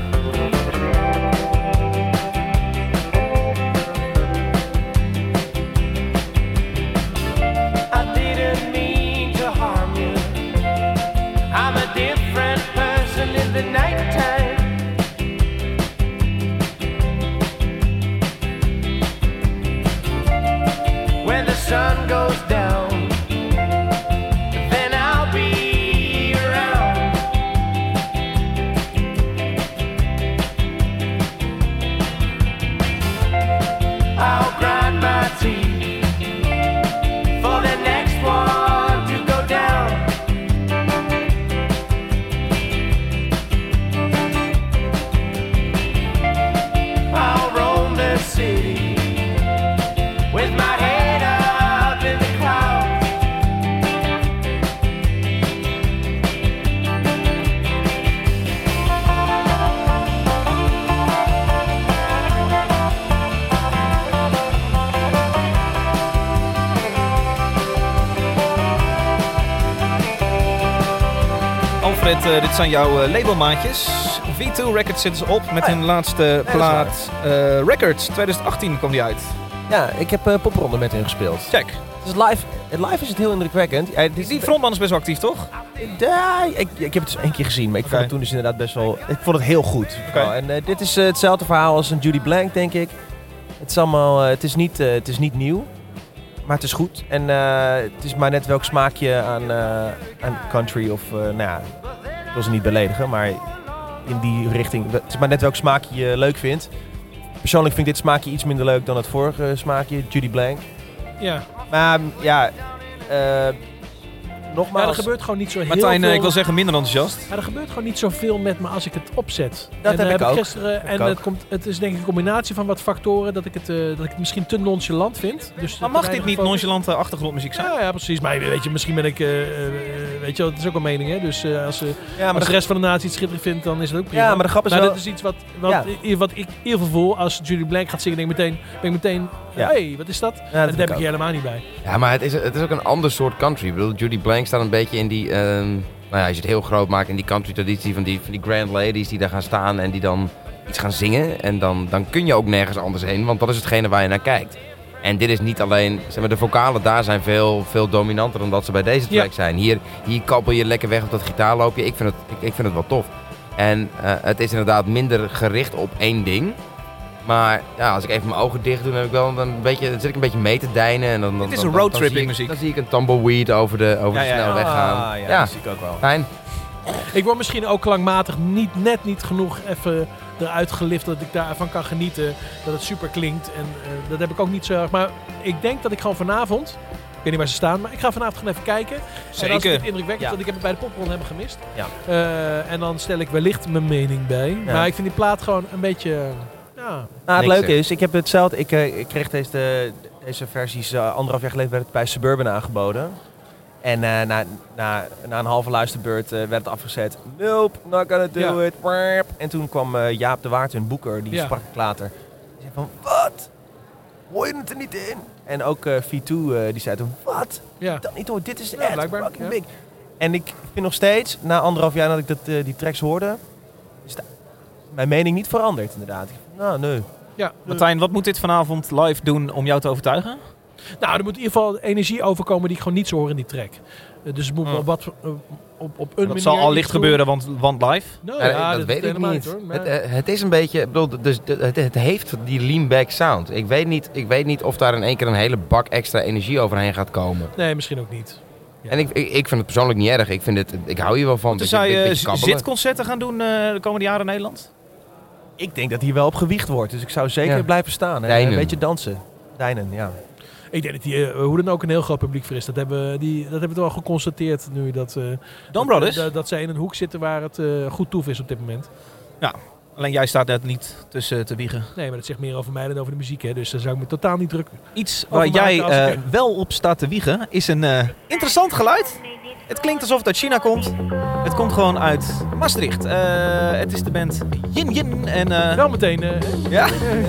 Sun goes down, then I'll be around. I'll grind my teeth for the next one to go down. I'll roam the city with my head up in the clouds. Alfred, uh, dit zijn jouw uh, labelmaatjes. V twee Records zitten ze op met hun laatste is plaat. Uh, Records, twintig achttien kwam die uit. Ja, ik heb uh, popronde met hen gespeeld. Check. Dus live, live is het heel indrukwekkend. Ja, dit, Die frontman is best wel actief, toch? Ja, ik, ik heb het dus één keer gezien, maar ik Oké. vond het toen dus inderdaad best wel... Ik vond het heel goed. Oké. En uh, dit is uh, hetzelfde verhaal als een Judy Blank, denk ik. Het is allemaal... Uh, het, is niet, uh, het is niet nieuw, maar het is goed. En uh, het is maar net welk smaakje aan, uh, aan country of... Uh, nou ja, ik wil ze niet beledigen, maar in die richting... Het is maar net welk smaakje je leuk vindt. Persoonlijk vind ik dit smaakje iets minder leuk dan het vorige smaakje, Judy Blank. Ja. Maar ja... Uh, nogmaals... Ja, er gebeurt gewoon niet zo heel Martijn, uh, veel. ik wil zeggen minder enthousiast. Ja, er gebeurt gewoon niet zoveel met me als ik het opzet. Dat en, heb uh, ik ik ook. gisteren. Heb En ik ook. het, komt, het is denk ik een combinatie van wat factoren dat ik het, uh, dat ik het misschien te nonchalant vind. Dus Maar te mag dit weinig niet focus. nonchalante achtergrondmuziek zijn? Ja, ja, precies. Maar weet je, misschien ben ik... Uh, uh, weet je, dat is ook een mening, hè. Dus uh, als, uh, Ja, maar als de, de rest van de natie het schitterend vindt, dan is het ook prima. ja, maar de grap is maar wel... dit is iets wat, wat, Ja. i- wat ik heel veel voel. Als Judy Blank gaat zingen, denk ik meteen... Ben ik meteen Ja. hé, hey, wat is dat? Ja, en dat daar heb heb ik ik hier helemaal niet bij. Ja, maar het is, het is ook een ander soort country. Ik bedoel, Judy Blank staat een beetje in die... Uh, nou ja, als je het heel groot maakt, in die country traditie van die, van die grand ladies die daar gaan staan en die dan iets gaan zingen. En dan, dan kun je ook nergens anders heen, want dat is hetgene waar je naar kijkt. En dit is niet alleen, zeg maar, de vocalen daar zijn veel, veel dominanter dan dat ze bij deze track Ja. zijn. Hier, hier kabbel je lekker weg op dat gitaarloopje. Ik vind het, ik, ik vind het wel tof. En uh, het is inderdaad minder gericht op één ding. Maar ja, als ik even mijn ogen dicht doe, dan, heb ik wel een beetje, dan zit ik een beetje mee te deinen. En dan, dan, Het is dan- een dan- roadtripping dan zie ik- muziek. Dan zie ik een tumbleweed over de, over Ja, de ja, snelweg gaan. Ah, ja, ja, dat zie ik ook wel. fijn. Ik word misschien ook klankmatig niet, net niet genoeg even eruit gelift dat ik daarvan kan genieten. Dat het super klinkt. En uh, dat heb ik ook niet zo erg. Maar ik denk dat ik gewoon vanavond, ik weet niet waar ze staan, maar ik ga vanavond gewoon even kijken. Zeker. En als ik het indrukwekkend, Ja. want ik heb het bij de popron hebben gemist. Ja. Uh, en dan stel ik wellicht mijn mening bij. Ja. Maar ik vind die plaat gewoon een beetje, uh, ja... Nou, het Niks leuke zeg. is, ik heb hetzelfde. Ik, uh, ik kreeg deze, deze versies uh, anderhalf jaar geleden werd het bij Suburban aangeboden. En uh, na, na, na een halve luisterbeurt uh, werd het afgezet. Nope, not gonna do Ja. it. Warp. En toen kwam uh, Jaap de Waard, hun boeker, die Ja. sprak ik later. Die zei van, wat? Hoor je het er niet in? En ook uh, V twee, uh, die zei toen, wat? ja. Dat niet hoor, dit is Ja, echt blijkbaar, fucking ja. big. En ik vind nog steeds, na anderhalf jaar dat ik dat, uh, die tracks hoorde, is de, mijn mening niet veranderd inderdaad. Ik vind, nou, nee. ja. Martijn, wat moet dit vanavond live doen om jou te overtuigen? Nou, er moet in ieder geval energie overkomen die ik gewoon niet zo hoor in die track. Uh, dus het moet Oh. op, wat, uh, op, op een manier... Dat zal al licht iets doen. gebeuren, want, want live. Nou, Ja, ja, dat weet ik helemaal niet. hoor. Maar- Het, eh, het is een beetje, ik bedoel, dus, het, het heeft die lean-back sound. Ik weet, niet, ik weet niet of daar in één keer een hele bak extra energie overheen gaat komen. Nee, misschien ook niet. Ja. En ik, ik, ik vind het persoonlijk niet erg. Ik, vind het, ik hou hier wel van. Dus Beetje- zou je beetje kabbelen. zitconcerten gaan doen uh, de komende jaren in Nederland? Ik denk dat hij wel op gewicht wordt, dus ik zou zeker Ja. blijven staan. Hè? Deinen. Een beetje dansen. Deinen, ja. Ik denk dat die, uh, hoe dan ook, een heel groot publiek voor is. Dat hebben, die, dat hebben we wel geconstateerd nu. Dat, uh, Dan dat, Brothers? dat, dat zij in een hoek zitten waar het uh, goed toef is op dit moment. Alleen jij staat net niet tussen te wiegen. Nee, maar dat zegt meer over mij dan over de muziek. Hè? Dus daar zou ik me totaal niet druk. Iets Over waar jij maken als uh, ik- wel op staat te wiegen is een uh, interessant geluid. Het klinkt alsof het uit China komt. Het komt gewoon uit Maastricht. Uh, het is de band Yin Yin. En, uh, Wel meteen. Uh, ja.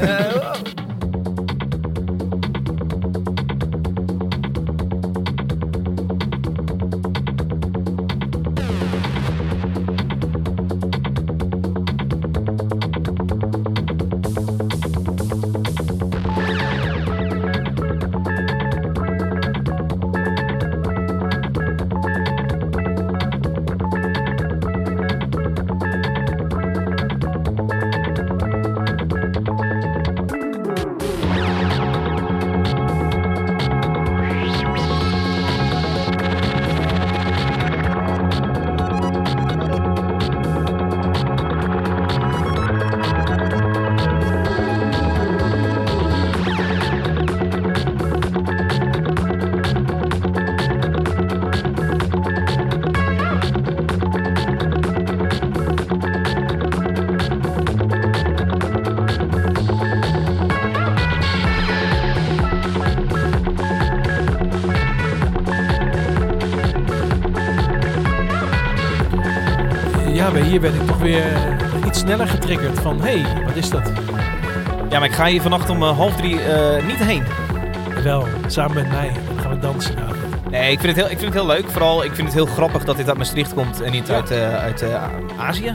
ja, maar hier ben ik toch weer uh, iets sneller getriggerd. Van, hé, hey, wat is dat? ja, maar ik ga hier vannacht om uh, half drie uh, niet heen. Wel, samen met mij. Dan gaan we dansen. Ja. Nee, ik vind, het heel, ik vind het heel leuk. Vooral, ik vind het heel grappig dat dit uit Maastricht komt en niet Ja. uit, uh, uit uh, Azië.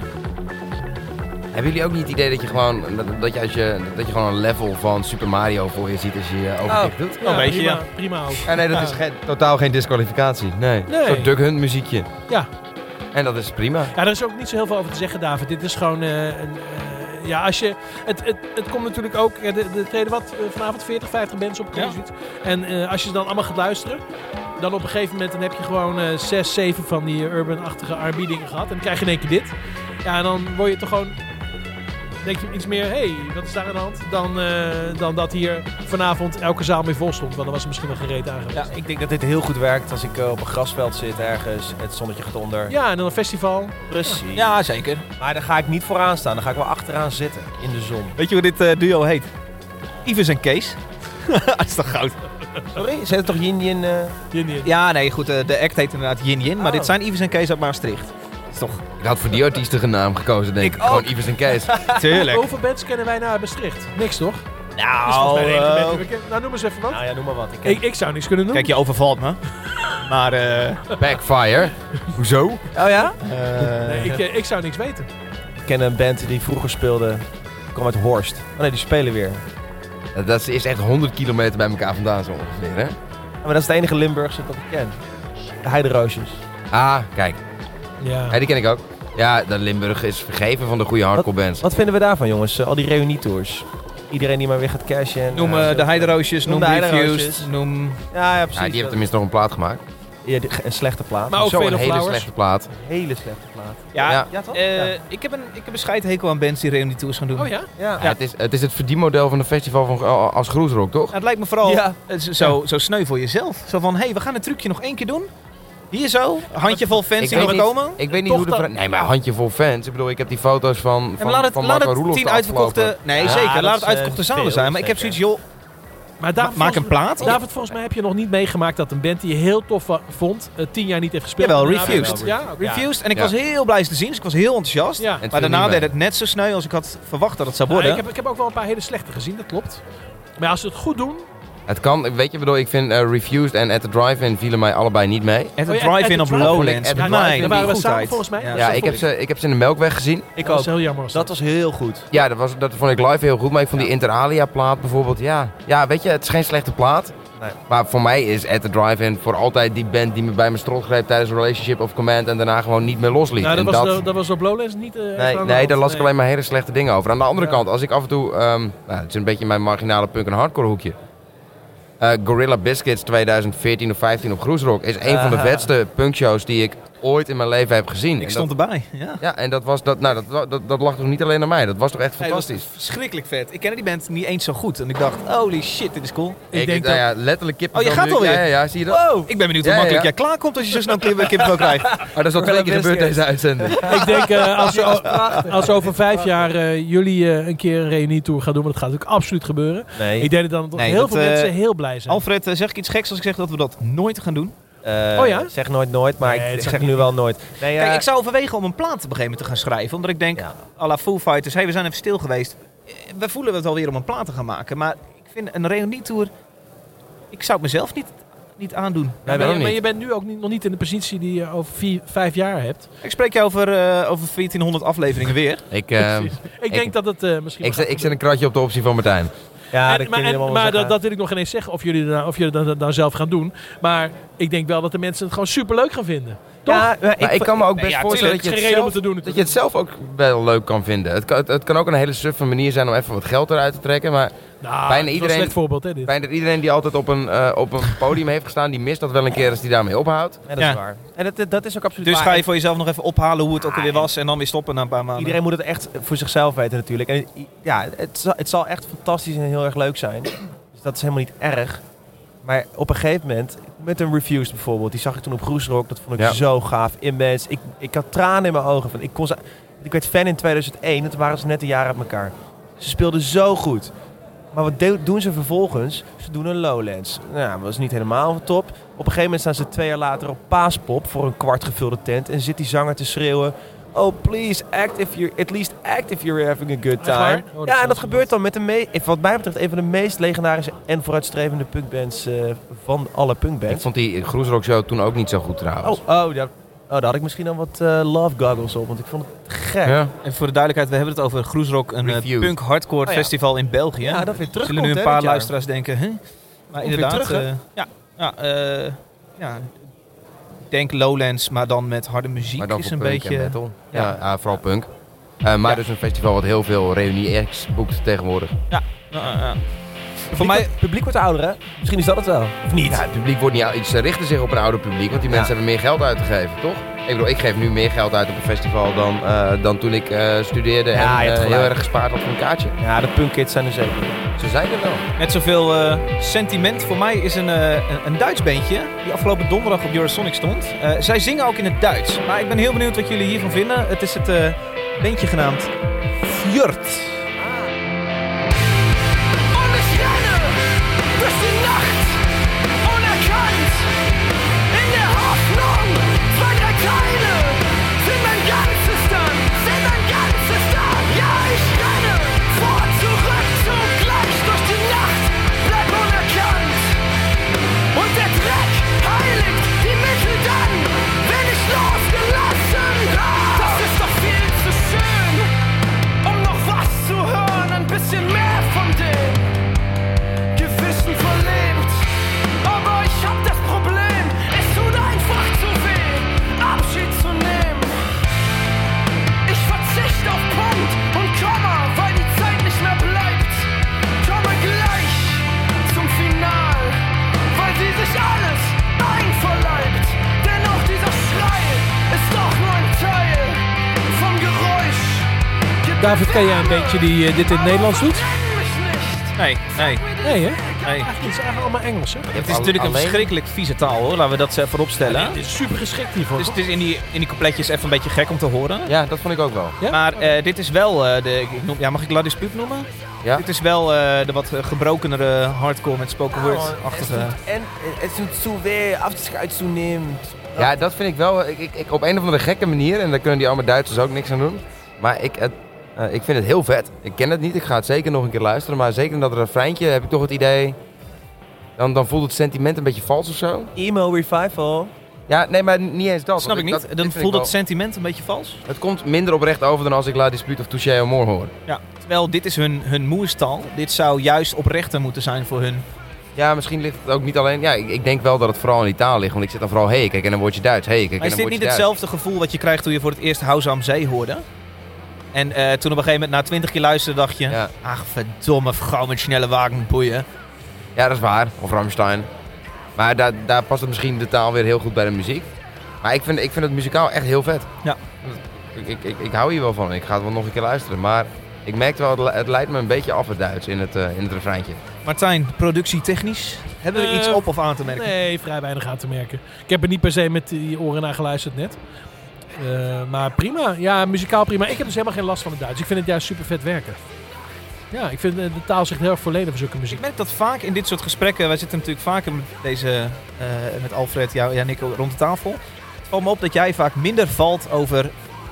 Hebben jullie ook niet het idee dat je gewoon, dat, dat je, als je, dat je gewoon een level van Super Mario voor je ziet als je je overdicht doet? Wel een beetje, prima, ja. prima ook. Ja, nee, dat is geen, totaal geen disqualificatie. Nee. Nee. Een soort Duck Hunt muziekje. Ja. En dat is prima. Ja, er is ook niet zo heel veel over te zeggen, David. Dit is gewoon uh, een... Uh, ja, als je... Het, het, het komt natuurlijk ook... Ja, de, de treden wat uh, vanavond veertig, vijftig mensen op Ja. zoiets. En uh, als je ze dan allemaal gaat luisteren... Dan op een gegeven moment dan heb je gewoon uh, zes, zeven van die uh, urban-achtige R en B dingen gehad. En dan krijg je in één keer dit. Ja, en dan word je toch gewoon... Denk je iets meer, hé, hey, wat is daar aan de hand? Dan, uh, dan dat hier vanavond elke zaal mee vol stond. Want dan was er misschien wel gereed aan geweest. Ja, ik denk dat dit heel goed werkt als ik uh, op een grasveld zit ergens. Het zonnetje gaat onder. Ja, en dan een festival. Precies. Ja, zeker. Maar daar ga ik niet vooraan staan. Dan ga ik wel achteraan zitten in de zon. Weet je hoe dit uh, duo heet? Yves en Kees. Dat is toch goud? Sorry, zet het toch Yin Yin? Uh... Yin Yin. Ja, nee, goed. Uh, de act heet inderdaad Yin Yin. Maar Oh. dit zijn Yves en Kees uit Maastricht. Dat is toch... Ik had voor die artiestige naam gekozen, denk ik. Ik Gewoon ook. Yves en Kees. Tuurlijk. Hoeveel bands kennen wij nou uit Maastricht? Niks, toch? Dat is Nou, volgens mij de enige uh, band die we kennen. Nou, noem eens even wat. Nou ja, noem maar wat. Ik ken, Ik, ik zou niks kunnen doen. kijk, je overvalt me. Maar, eh... Backfire. Hoezo? oh ja? Uh, Nee, ik, eh, ik zou niks weten. Ik ken een band die vroeger speelde. Die kwam uit Horst. Oh nee, die spelen weer. Dat is echt honderd kilometer bij elkaar vandaan zo ongeveer, hè? Ja, maar dat is het enige Limburgse dat ik ken. De Heideroosjes. Ah, kijk. Ja. Ja, die ken ik ook. Ja, de Limburg is vergeven van de goede hardcore bands. Wat vinden we daarvan, jongens? Uh, al die reunietours. Iedereen die maar weer gaat cashen. En, Noem uh, uh, de Heideroosjes, noem, noem de Refused, Heideroosjes. noem... Ja, ja, precies. Ja, die heeft tenminste nog een plaat gemaakt. Ja, die- een slechte plaat. Maar ook Zo een Vele hele Flowers. slechte plaat. Een hele slechte plaat. Ja, Ja. Ja, toch? eh, Ja. ik, heb een, ik heb een scheidhekel aan bands die reunietours gaan doen. Oh ja? Ja. Ja, het, is, het is het verdienmodel van een festival van, als groesrock, toch? Het lijkt me vooral Ja. eh, zo, zo, zo sneu voor jezelf. Zo van, hé, hey, we gaan een trucje nog één keer doen. Hier zo, handjevol fans Ik die weet nog niet- komen. Ik weet niet Toch hoe de... dan- vra- Nee, maar handjevol fans. Ik bedoel, ik heb die foto's van, En van, maar laat het, van laat Marco het Roelof tien de uitverkochte... afgelopen- Nee, Ja, zeker. dat Laat is, het uitverkochte eh, zalen veel, zijn. Maar ik heb zeker. zoiets, joh, Maar David, maak een volgens- plaat. David, volgens mij heb je nog niet meegemaakt dat een band die je heel tof wa- vond, uh, tien jaar niet heeft gespeeld. Jawel, En daarna Refused. weer- Ja, oké. Refused. En ik Ja. was heel blij ze te zien. Dus ik was heel enthousiast. Ja. En het Maar viel daarna niet werd mee. het net zo sneu als ik had verwacht dat het zou Ja, worden. ik, heb, ik heb ook wel een paar hele slechte gezien, dat klopt. Maar als ze het goed doen... Het kan, weet je, bedoel, ik vind uh, Refused en At The Drive-In vielen mij allebei niet mee. En Oh de ja, drive-in en op de drive-in. Lowlands. En de Met drive-in. mij. Daar waren we goed samen uit. volgens mij. Ja. Ja, ik heb, ze, ik heb ze in de Melkweg gezien. Ik Dat ook. is heel jammer. was Dat was heel goed. Ja, dat, was, dat vond ik live heel goed. Maar ik vond die Inter Alia plaat bijvoorbeeld, ja. Ja, weet je, het is geen slechte plaat. Nee. Maar voor mij is At The Drive-In voor altijd die band die me bij mijn strot greep tijdens Relationship of Command en daarna gewoon niet meer losliet. Nou, dat, En was, dat, de- dat was op Lowlands niet... Uh, nee, nee, daar las ik alleen maar hele slechte dingen over. Aan de andere Ja. kant, als ik af en toe, ehm, nou, het is een beetje mijn marginale punk en hardcore hoekje. Uh, Gorilla Biscuits twintig veertien of vijftien op Groesrock is een van de Ah. vetste punkshows die ik ooit in mijn leven heb gezien. Ik En stond dat, erbij. Ja. ja, en dat, was, dat, nou, dat, dat, dat lag toch niet alleen aan mij. Dat was toch echt Nee, dat was fantastisch. verschrikkelijk vet. Ik kende die band niet eens zo goed. En ik dacht, holy shit, dit is cool. Ik Ik denk nou dat... ja, letterlijk kip. Oh, je gaat alweer? Ja, ja, ja, zie je dat? Wow. Ik ben benieuwd hoe Ja, makkelijk ja. jij klaarkomt als je zo snel kip- kippenvel krijgt. Maar dat is al twee keer gebeurd deze uitzending. Ik denk, uh, als, we, als we over vijf jaar uh, jullie uh, een keer een reunietour gaan doen, want dat gaat natuurlijk absoluut gebeuren. Nee. Ik denk dat dan toch Nee, heel dat, veel uh, mensen heel blij zijn. Alfred, uh, zeg ik iets geks als ik zeg dat we dat nooit gaan doen? Uh, Oh ja? Zeg nooit nooit, maar Nee, ik, het ik zou zeg niet- nu wel nooit. Nee, ja, Kijk, ik zou overwegen om een plaat op een gegeven moment te gaan schrijven. Omdat ik denk, Ja. à la Foo Fighters, hey, we zijn even stil geweest. Eh, We voelen het alweer om een plaat te gaan maken. Maar ik vind een reunietour, ik zou het mezelf niet, niet aandoen. Ja, Nee, maar, waarom je, maar niet? je bent nu ook niet, nog niet in de positie die je over vier, vijf jaar hebt. Ik spreek je over, uh, over veertienhonderd afleveringen weer. Ik, uh, Precies. Ik denk dat het uh, misschien... ik, wel zet, ik gaat zet een kratje op de optie van Martijn. ja, En- dat kun maar je en- helemaal wel maar zeggen. dat, dat wil ik nog geen eens zeggen of jullie, dat, of jullie dat, dat nou zelf gaan doen. Maar ik denk wel dat de mensen het gewoon superleuk gaan vinden. Toch? Ja, maar Maar ik kan me ook Nee, best ja, voorstellen tuurlijk, dat je, geen het reden om zelf, het te doen dat je het zelf ook wel leuk kan vinden. Het kan, het, het kan ook een hele suffe manier zijn om even wat geld eruit te trekken. Maar Nou, bijna dat is iedereen- een slecht voorbeeld, hè, dit. bijna iedereen die altijd op een, uh, op een podium heeft gestaan, die mist dat wel een keer als die daarmee ophoudt. Ja, dat Ja. is waar. En dat, dat is ook absoluut Dus waar. ga je voor jezelf nog even ophalen hoe het ook alweer was. En dan weer stoppen na een paar maanden. Iedereen moet het echt voor zichzelf weten natuurlijk. En i- ja, het zal, het zal echt fantastisch en heel erg leuk zijn. Dus dat is helemaal niet erg. Maar op een gegeven moment, met een Refused bijvoorbeeld, die zag ik toen op Groesrock. Dat vond ik Ja. zo gaaf, immens. Ik, ik had tranen in mijn ogen. Van, ik, kon ze, ik werd fan in tweeduizend één en toen waren ze net een jaar uit elkaar. Ze speelden zo goed. Maar wat de- doen ze vervolgens? Ze doen een Lowlands. Nou, dat was niet helemaal top. Op een gegeven moment staan ze twee jaar later op Paaspop voor een kwart gevulde tent. En zit die zanger te schreeuwen: oh, please, act if you're, at least act if you're having a good Echt waar? time. Oh, dat ja, is en dat wel gebeurt dan met de me- wat mij betreft een van de meest legendarische en vooruitstrevende punkbands eh, van alle Ik punkbands. vond die Groesrock show toen ook niet zo goed trouwens. Oh, oh, ja. oh, daar had ik misschien dan wat eh, love goggles op, want ik vond het gek. Ja. En voor de duidelijkheid, we hebben het over Groesrock, een eh, Refused. punk hardcore Oh ja. festival in België. Ja, dat weer terugkomt, Zullen nu een hè, paar dit jaar. luisteraars denken, huh? Maar weer inderdaad, terug, hè? eh, ja, ja, eh, ja, ik denk Lowlands, maar dan met harde muziek Maar dan is voor een punk beetje. en metal. ja. Ja, ja, vooral punk. Uh, maar Ja. dus een festival wat heel veel reunie-acts boekt tegenwoordig. Ja, ja, ja. Voor Voor mij, mij, het publiek wordt ouder, hè? Misschien is dat het wel. Of niet? Ja, het publiek wordt niet oud. Ze richten zich op een ouder publiek, want die mensen hebben meer geld uit te geven, toch? Ik bedoel, ik geef nu meer geld uit op een festival dan, uh, dan toen ik uh, studeerde Ja, en je hebt uh, heel gelijk. erg gespaard had voor een kaartje. Ja, de punkkids zijn er zeker. Ze zijn er wel. net zoveel eh, sentiment. Voor mij is een, eh, een, een Duits bandje die afgelopen donderdag op Eurosonic stond. Uh, zij zingen ook in het Duits. Maar ik ben heel benieuwd wat jullie hiervan vinden. Het is het uh, bandje genaamd Fjord. Das ist doch viel zu schön, um noch was zu David, ken jij een beetje die uh, dit in het Nederlands doet? Nee, nee. Nee, hè? nee. Het is eigenlijk allemaal Engels, hè? Het is natuurlijk een verschrikkelijk vieze taal, hoor. Laten we dat uh, voorop stellen. Ja, het is super geschikt hiervoor. Dus het is in die, in die coupletjes even een beetje gek om te horen. Ja, dat vond ik ook wel. Ja? Maar uh, dit is wel, uh, de, ik noem, ja, mag ik La Dispute noemen? Ja. Dit is wel uh, de wat uh, gebrokenere hardcore met spoken word-achtige... En het doet zo weh, afscheid toeneemt. Ja, dat vind ik wel. Ik, ik, ik, op een of andere gekke manier, en daar kunnen die arme Duitsers ook niks aan doen. Maar ik, het, uh, ik vind het heel vet. Ik ken het niet, ik ga het zeker nog een keer luisteren. Maar zeker in dat refreintje heb ik toch het idee... Dan, dan voelt het sentiment een beetje vals of zo. Emo Revival. Ja, nee, maar niet eens dat. Snap ik niet. Dat, Dan voelt wel, het sentiment een beetje vals. Het komt minder oprecht over dan als ik La Dispute of Touché Amore hoor. Ja. Terwijl dit is hun, hun moerstaal. Dit zou juist oprechter moeten zijn voor hun. Ja, misschien ligt het ook niet alleen... Ja, ik, ik denk wel dat het vooral in die taal ligt. Want ik zit dan vooral, hey, ik herken een woordje Duits. Hey, ik herken Maar is een dit woordje niet Duits. hetzelfde gevoel wat je krijgt toen je voor het eerst House am Zee hoorde? En uh, toen op een gegeven moment na twintig keer luisteren dacht je... Ja. Ach, verdomme, gauw met snelle wagen boeien. Ja, dat is waar. Of Rammstein. Maar daar, daar past het misschien de taal weer heel goed bij de muziek. Maar ik vind, ik vind het muzikaal echt heel vet. Ja. Ik, ik, ik, ik hou hier wel van. Ik ga het wel nog een keer luisteren. Maar ik merk wel, het, het leidt me een beetje af het Duits in het, uh, in het refreintje. Martijn, productietechnisch, hebben we er Uh, iets op of aan te merken? Nee, vrij weinig aan te merken. Ik heb er niet per se met die oren naar geluisterd net. Uh, maar prima. Ja, muzikaal prima. Ik heb dus helemaal geen last van het Duits. Ik vind het juist super vet werken. Ja, ik vind uh, de taal zich heel erg volledig voor zulke muziek. Ik merk dat vaak in dit soort gesprekken, wij zitten natuurlijk vaker met deze, uh, met Alfred, jou, ja, Nico, rond de tafel. Het valt me op dat jij vaak minder valt over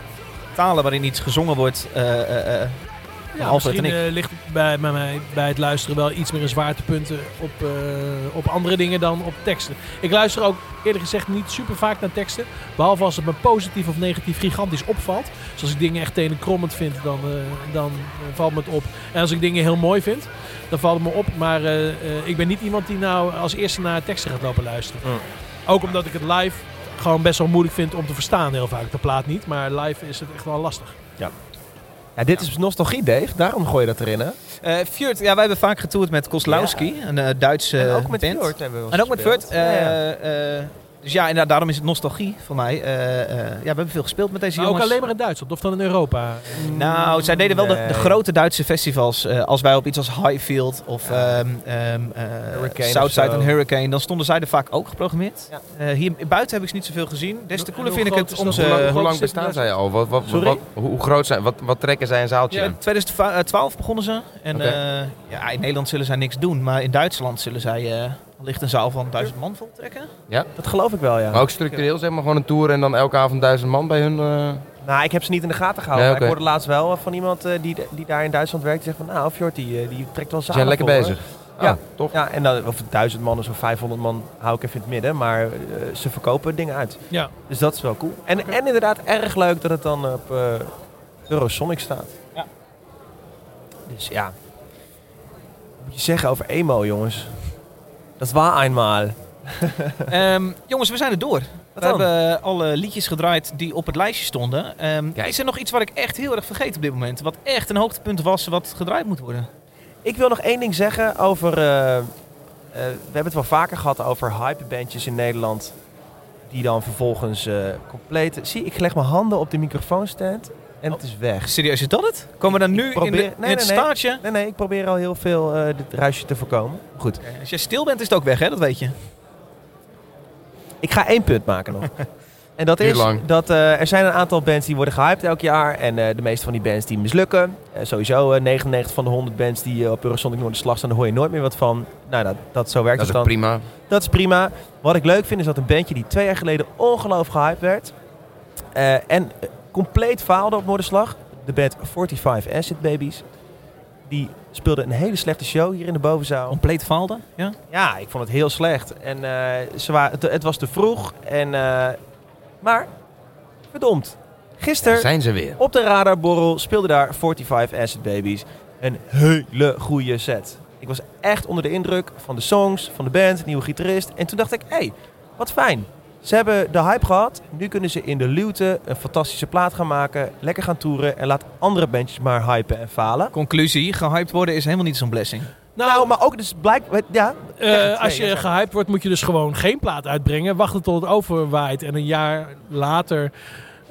talen waarin iets gezongen wordt. Uh, uh, uh, Ja, Alfred misschien en ik. uh, ligt het bij, bij mij bij het luisteren wel iets meer een zwaartepunten op, uh, op andere dingen dan op teksten. Ik luister ook eerlijk gezegd niet super vaak naar teksten. Behalve als het me positief of negatief gigantisch opvalt. Dus als ik dingen echt tenenkrommend vind, dan, uh, dan uh, valt me het op. En als ik dingen heel mooi vind, dan valt het me op. Maar uh, uh, ik ben niet iemand die nou als eerste naar teksten gaat lopen luisteren. Mm. Ook omdat ik het live gewoon best wel moeilijk vind om te verstaan heel vaak. De plaat niet, maar live is het echt wel lastig. Ja. Ja, dit is nostalgie, Dave. Daarom gooi je dat erin, hè? Uh, Fjord, ja, wij hebben vaak getoerd met Kozlowski, ja. een uh, Duitse en ook met band. Fjord hebben we En ook met Fjord. Uh, ja, ja. uh, dus ja, inderdaad, daarom is het nostalgie voor mij. Uh, uh, ja, we hebben veel gespeeld met deze maar jongens. ook alleen maar in Duitsland, of dan in Europa? Nou, zij deden wel nee. de, de grote Duitse festivals. Uh, als wij op iets als Highfield of ja. um, um, uh, of Southside zo. en Hurricane, dan stonden zij er vaak ook geprogrammeerd. Ja. Uh, hier buiten heb ik ze niet zoveel gezien. Des te En cooler hoe vind ik groot het is om dat? ze... Hoe lang, hoe hoe groot lang is dit bestaan bedrijf? zij al? Wat, wat, Sorry? wat, hoe, hoe groot zijn Wat, wat trekken zij een zaaltje? Ja, twintig twaalf begonnen ze. En Okay. uh, ja, in Nederland zullen zij niks doen. Maar in Duitsland zullen zij uh, wellicht een zaal van duizend man voltrekken. Ja? Dat geloof ik wel, ja. Maar ook structureel, zeg maar, gewoon een tour en dan elke avond duizend man bij hun... Uh... Nou, ik heb ze niet in de gaten gehouden. Nee, maar okay. ik hoorde laatst wel uh, van iemand uh, die, die daar in Duitsland werkt. Die zegt van, nou, Fjord, die, uh, die trekt wel Ze zalen zijn lekker vol, bezig. Ja. Ah, tof. Ja, en dan, of duizend man of zo vijfhonderd man hou ik even in het midden. Maar uh, ze verkopen dingen uit. Ja. Dus dat is wel cool. En, okay. en inderdaad erg leuk dat het dan op uh, Eurosonic staat. Ja. Dus ja. Wat moet je zeggen over emo, jongens? Dat was eenmaal. um, jongens, we zijn er door. We dan? hebben alle liedjes gedraaid die op het lijstje stonden. Um, Kijk. is er nog iets wat ik echt heel erg vergeet op dit moment? Wat echt een hoogtepunt was wat gedraaid moet worden? Ik wil nog één ding zeggen over... Uh, uh, we hebben het wel vaker gehad over hypebandjes in Nederland. Die dan vervolgens uh, compleet... Zie, ik leg mijn handen op de microfoonstand en Oh. het is weg. Serieus, is dat het? Komen we dan nu probeer- in, de, nee, in nee, het nee. staartje? Nee, nee, ik probeer al heel veel uh, dit ruisje te voorkomen. Goed. Okay. Als jij stil bent is het ook weg, hè? Dat weet je. Ik ga één punt maken nog. En dat Duurt is lang. dat uh, er zijn een aantal bands die worden gehyped elk jaar. En uh, de meeste van die bands die mislukken. Uh, sowieso uh, negenennegentig van de honderd bands die uh, op Eurosonic Noorderslag staan, daar hoor je nooit meer wat van. Nou, dat, dat zo werkt Dat is het ook dan. prima. Dat is prima. Wat ik leuk vind is dat een bandje die twee jaar geleden ongelooflijk gehyped werd. Uh, en uh, compleet faalde op Noorderslag. De band vijfenveertig Acid Babies. Die speelde een hele slechte show hier in de bovenzaal. Compleet faalde? Ja. Ja, ik vond het heel slecht. En uh, ze waren, het, het was te vroeg. En, uh, maar, verdomd. Gisteren Daar zijn ze weer. op de radarborrel speelde daar vijfenveertig Acid Babies. Een hele goede set. Ik was echt onder de indruk van de songs, van de band, nieuwe gitarist. En toen dacht ik, hé, hey, wat fijn. Ze hebben de hype gehad. Nu kunnen ze in de luwte een fantastische plaat gaan maken. Lekker gaan toeren. En laat andere bandjes maar hypen en falen. Conclusie, gehyped worden is helemaal niet zo'n blessing. Nou, maar ook dus blijkbaar... Ja, Uh, nee, als je ja, gehyped wordt, moet je dus gewoon geen plaat uitbrengen. Wachten tot het overwaait. En een jaar later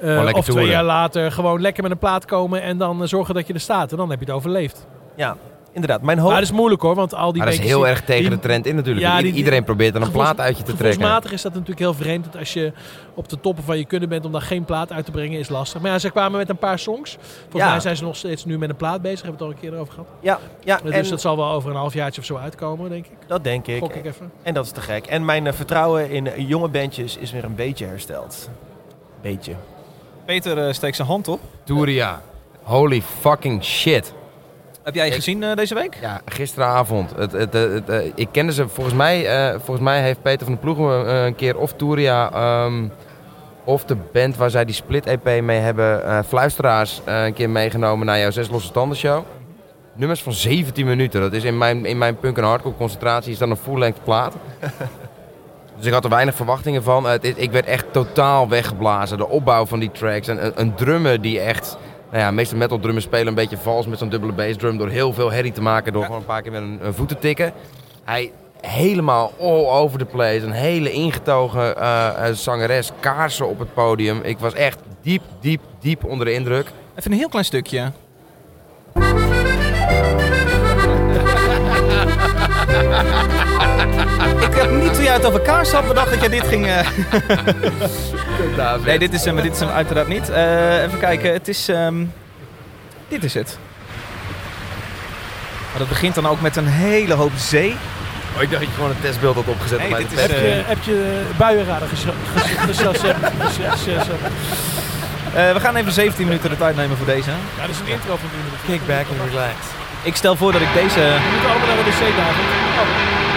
lekker of twee toeren. jaar later gewoon lekker met een plaat komen en dan uh, zorgen dat je er staat. En dan heb je het overleefd. Ja, inderdaad. Mijn hoofd... Maar dat is moeilijk hoor, want al die Maar dat is bandjes heel die- erg tegen die- de trend in natuurlijk. Ja, I- die- Iedereen probeert er een gevoels- plaat uit je te trekken. Gevoelsmatig is dat natuurlijk heel vreemd. Dat als je op de toppen van je kunnen bent om daar geen plaat uit te brengen, is lastig. Maar ja, ze kwamen met een paar songs. Volgens Ja. mij zijn ze nog steeds nu met een plaat bezig. Hebben we het al een keer over gehad. Ja, ja Dus en dat zal wel over een halfjaartje of zo uitkomen, denk ik. dat denk ik. Gok ik even. En dat is te gek. En mijn uh, vertrouwen in uh, jonge bandjes is weer een beetje hersteld. Beetje. Peter uh, steekt zijn hand op. Touria. Holy fucking shit. Heb jij gezien uh, deze week? Ja, gisteravond. Het, het, het, het, uh, ik kende ze volgens mij. Uh, volgens mij heeft Peter van den Ploegen uh, een keer of Touria um, of de band waar zij die split E P mee hebben, uh, Fluisteraars, uh, een keer meegenomen naar jouw Zes Losse Tanden show. Nummers van zeventien minuten. Dat is in mijn, in mijn punk en hardcore concentratie is dan een full-length plaat. Dus ik had er weinig verwachtingen van. Uh, het is, ik werd echt totaal weggeblazen. De opbouw van die tracks. En een, een drummer die echt... Nou ja, de meeste metal drummers spelen een beetje vals met zo'n dubbele bassdrum door heel veel herrie te maken door gewoon een paar keer met een, een voet te tikken. Hij helemaal all over the place. Een hele ingetogen uh, uh, zangeres, kaarsen op het podium. Ik was echt diep, diep, diep onder de indruk. Even een heel klein stukje. Ik heb niet toen jij het over kaars had bedacht dat jij dit ging... Uh... nee, dit is hem, dit is hem uiteraard niet. Uh, even kijken, het is... Um... Dit is het. Maar dat begint dan ook met een hele hoop zee. Oh, ik dacht dat je gewoon een testbeeld had opgezet. Nee, op mijn dit is, pet. Heb je, heb je buienradar gechargeerd? Uh, we gaan even zeventien minuten de tijd nemen voor deze. Ja, dat is een intro van drie minuten. Kick back and relax. Ik stel voor dat ik deze... We moeten allemaal naar de wc, David. Oh.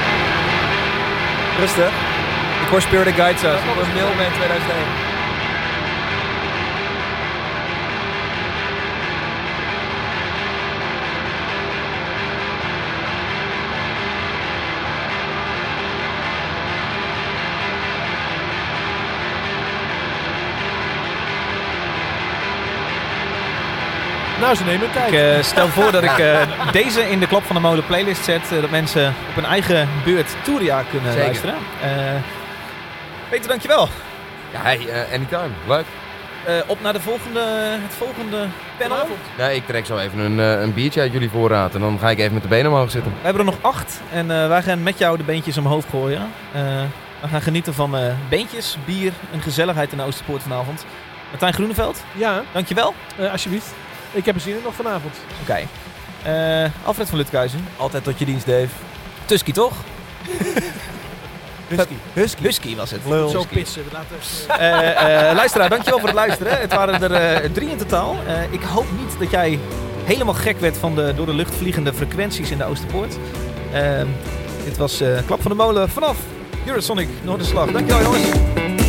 Rustig. Ik hoor Spirit Guides uit. Dat was Mailman tweeduizend één. Nou, ze nemen tijd. Ik uh, stel voor dat ik uh, deze in de Klap van de Molen playlist zet. Uh, dat mensen op hun eigen beurt Touria kunnen Zeker. luisteren. Uh, Peter, dankjewel. Ja, hey, uh, anytime. Leuk. Uh, op naar de volgende, het volgende panel. Ja, ik trek zo even een, uh, een biertje uit jullie voorraad en dan ga ik even met de benen omhoog zitten. We hebben er nog acht en uh, wij gaan met jou de beentjes omhoog gooien. Uh, we gaan genieten van uh, beentjes, bier en gezelligheid in de Oosterpoort vanavond. Martijn Groeneveld, Ja, dankjewel. uh, alsjeblieft. Ik heb er zin in nog vanavond. Oké. Okay. Uh, Alfred van Lutkuizen. Altijd tot je dienst, Dave. Tusky toch? Husky. Husky. Husky was het. Lul. Zo pissen. We laten... Uh, uh, luisteraar, dankjewel voor het luisteren. Het waren er uh, drie in totaal. Uh, ik hoop niet dat jij helemaal gek werd van de door de lucht vliegende frequenties in de Oosterpoort. Uh, dit was uh, Klap van de Molen vanaf Eurosonic Noorderslag. Dankjewel jongens.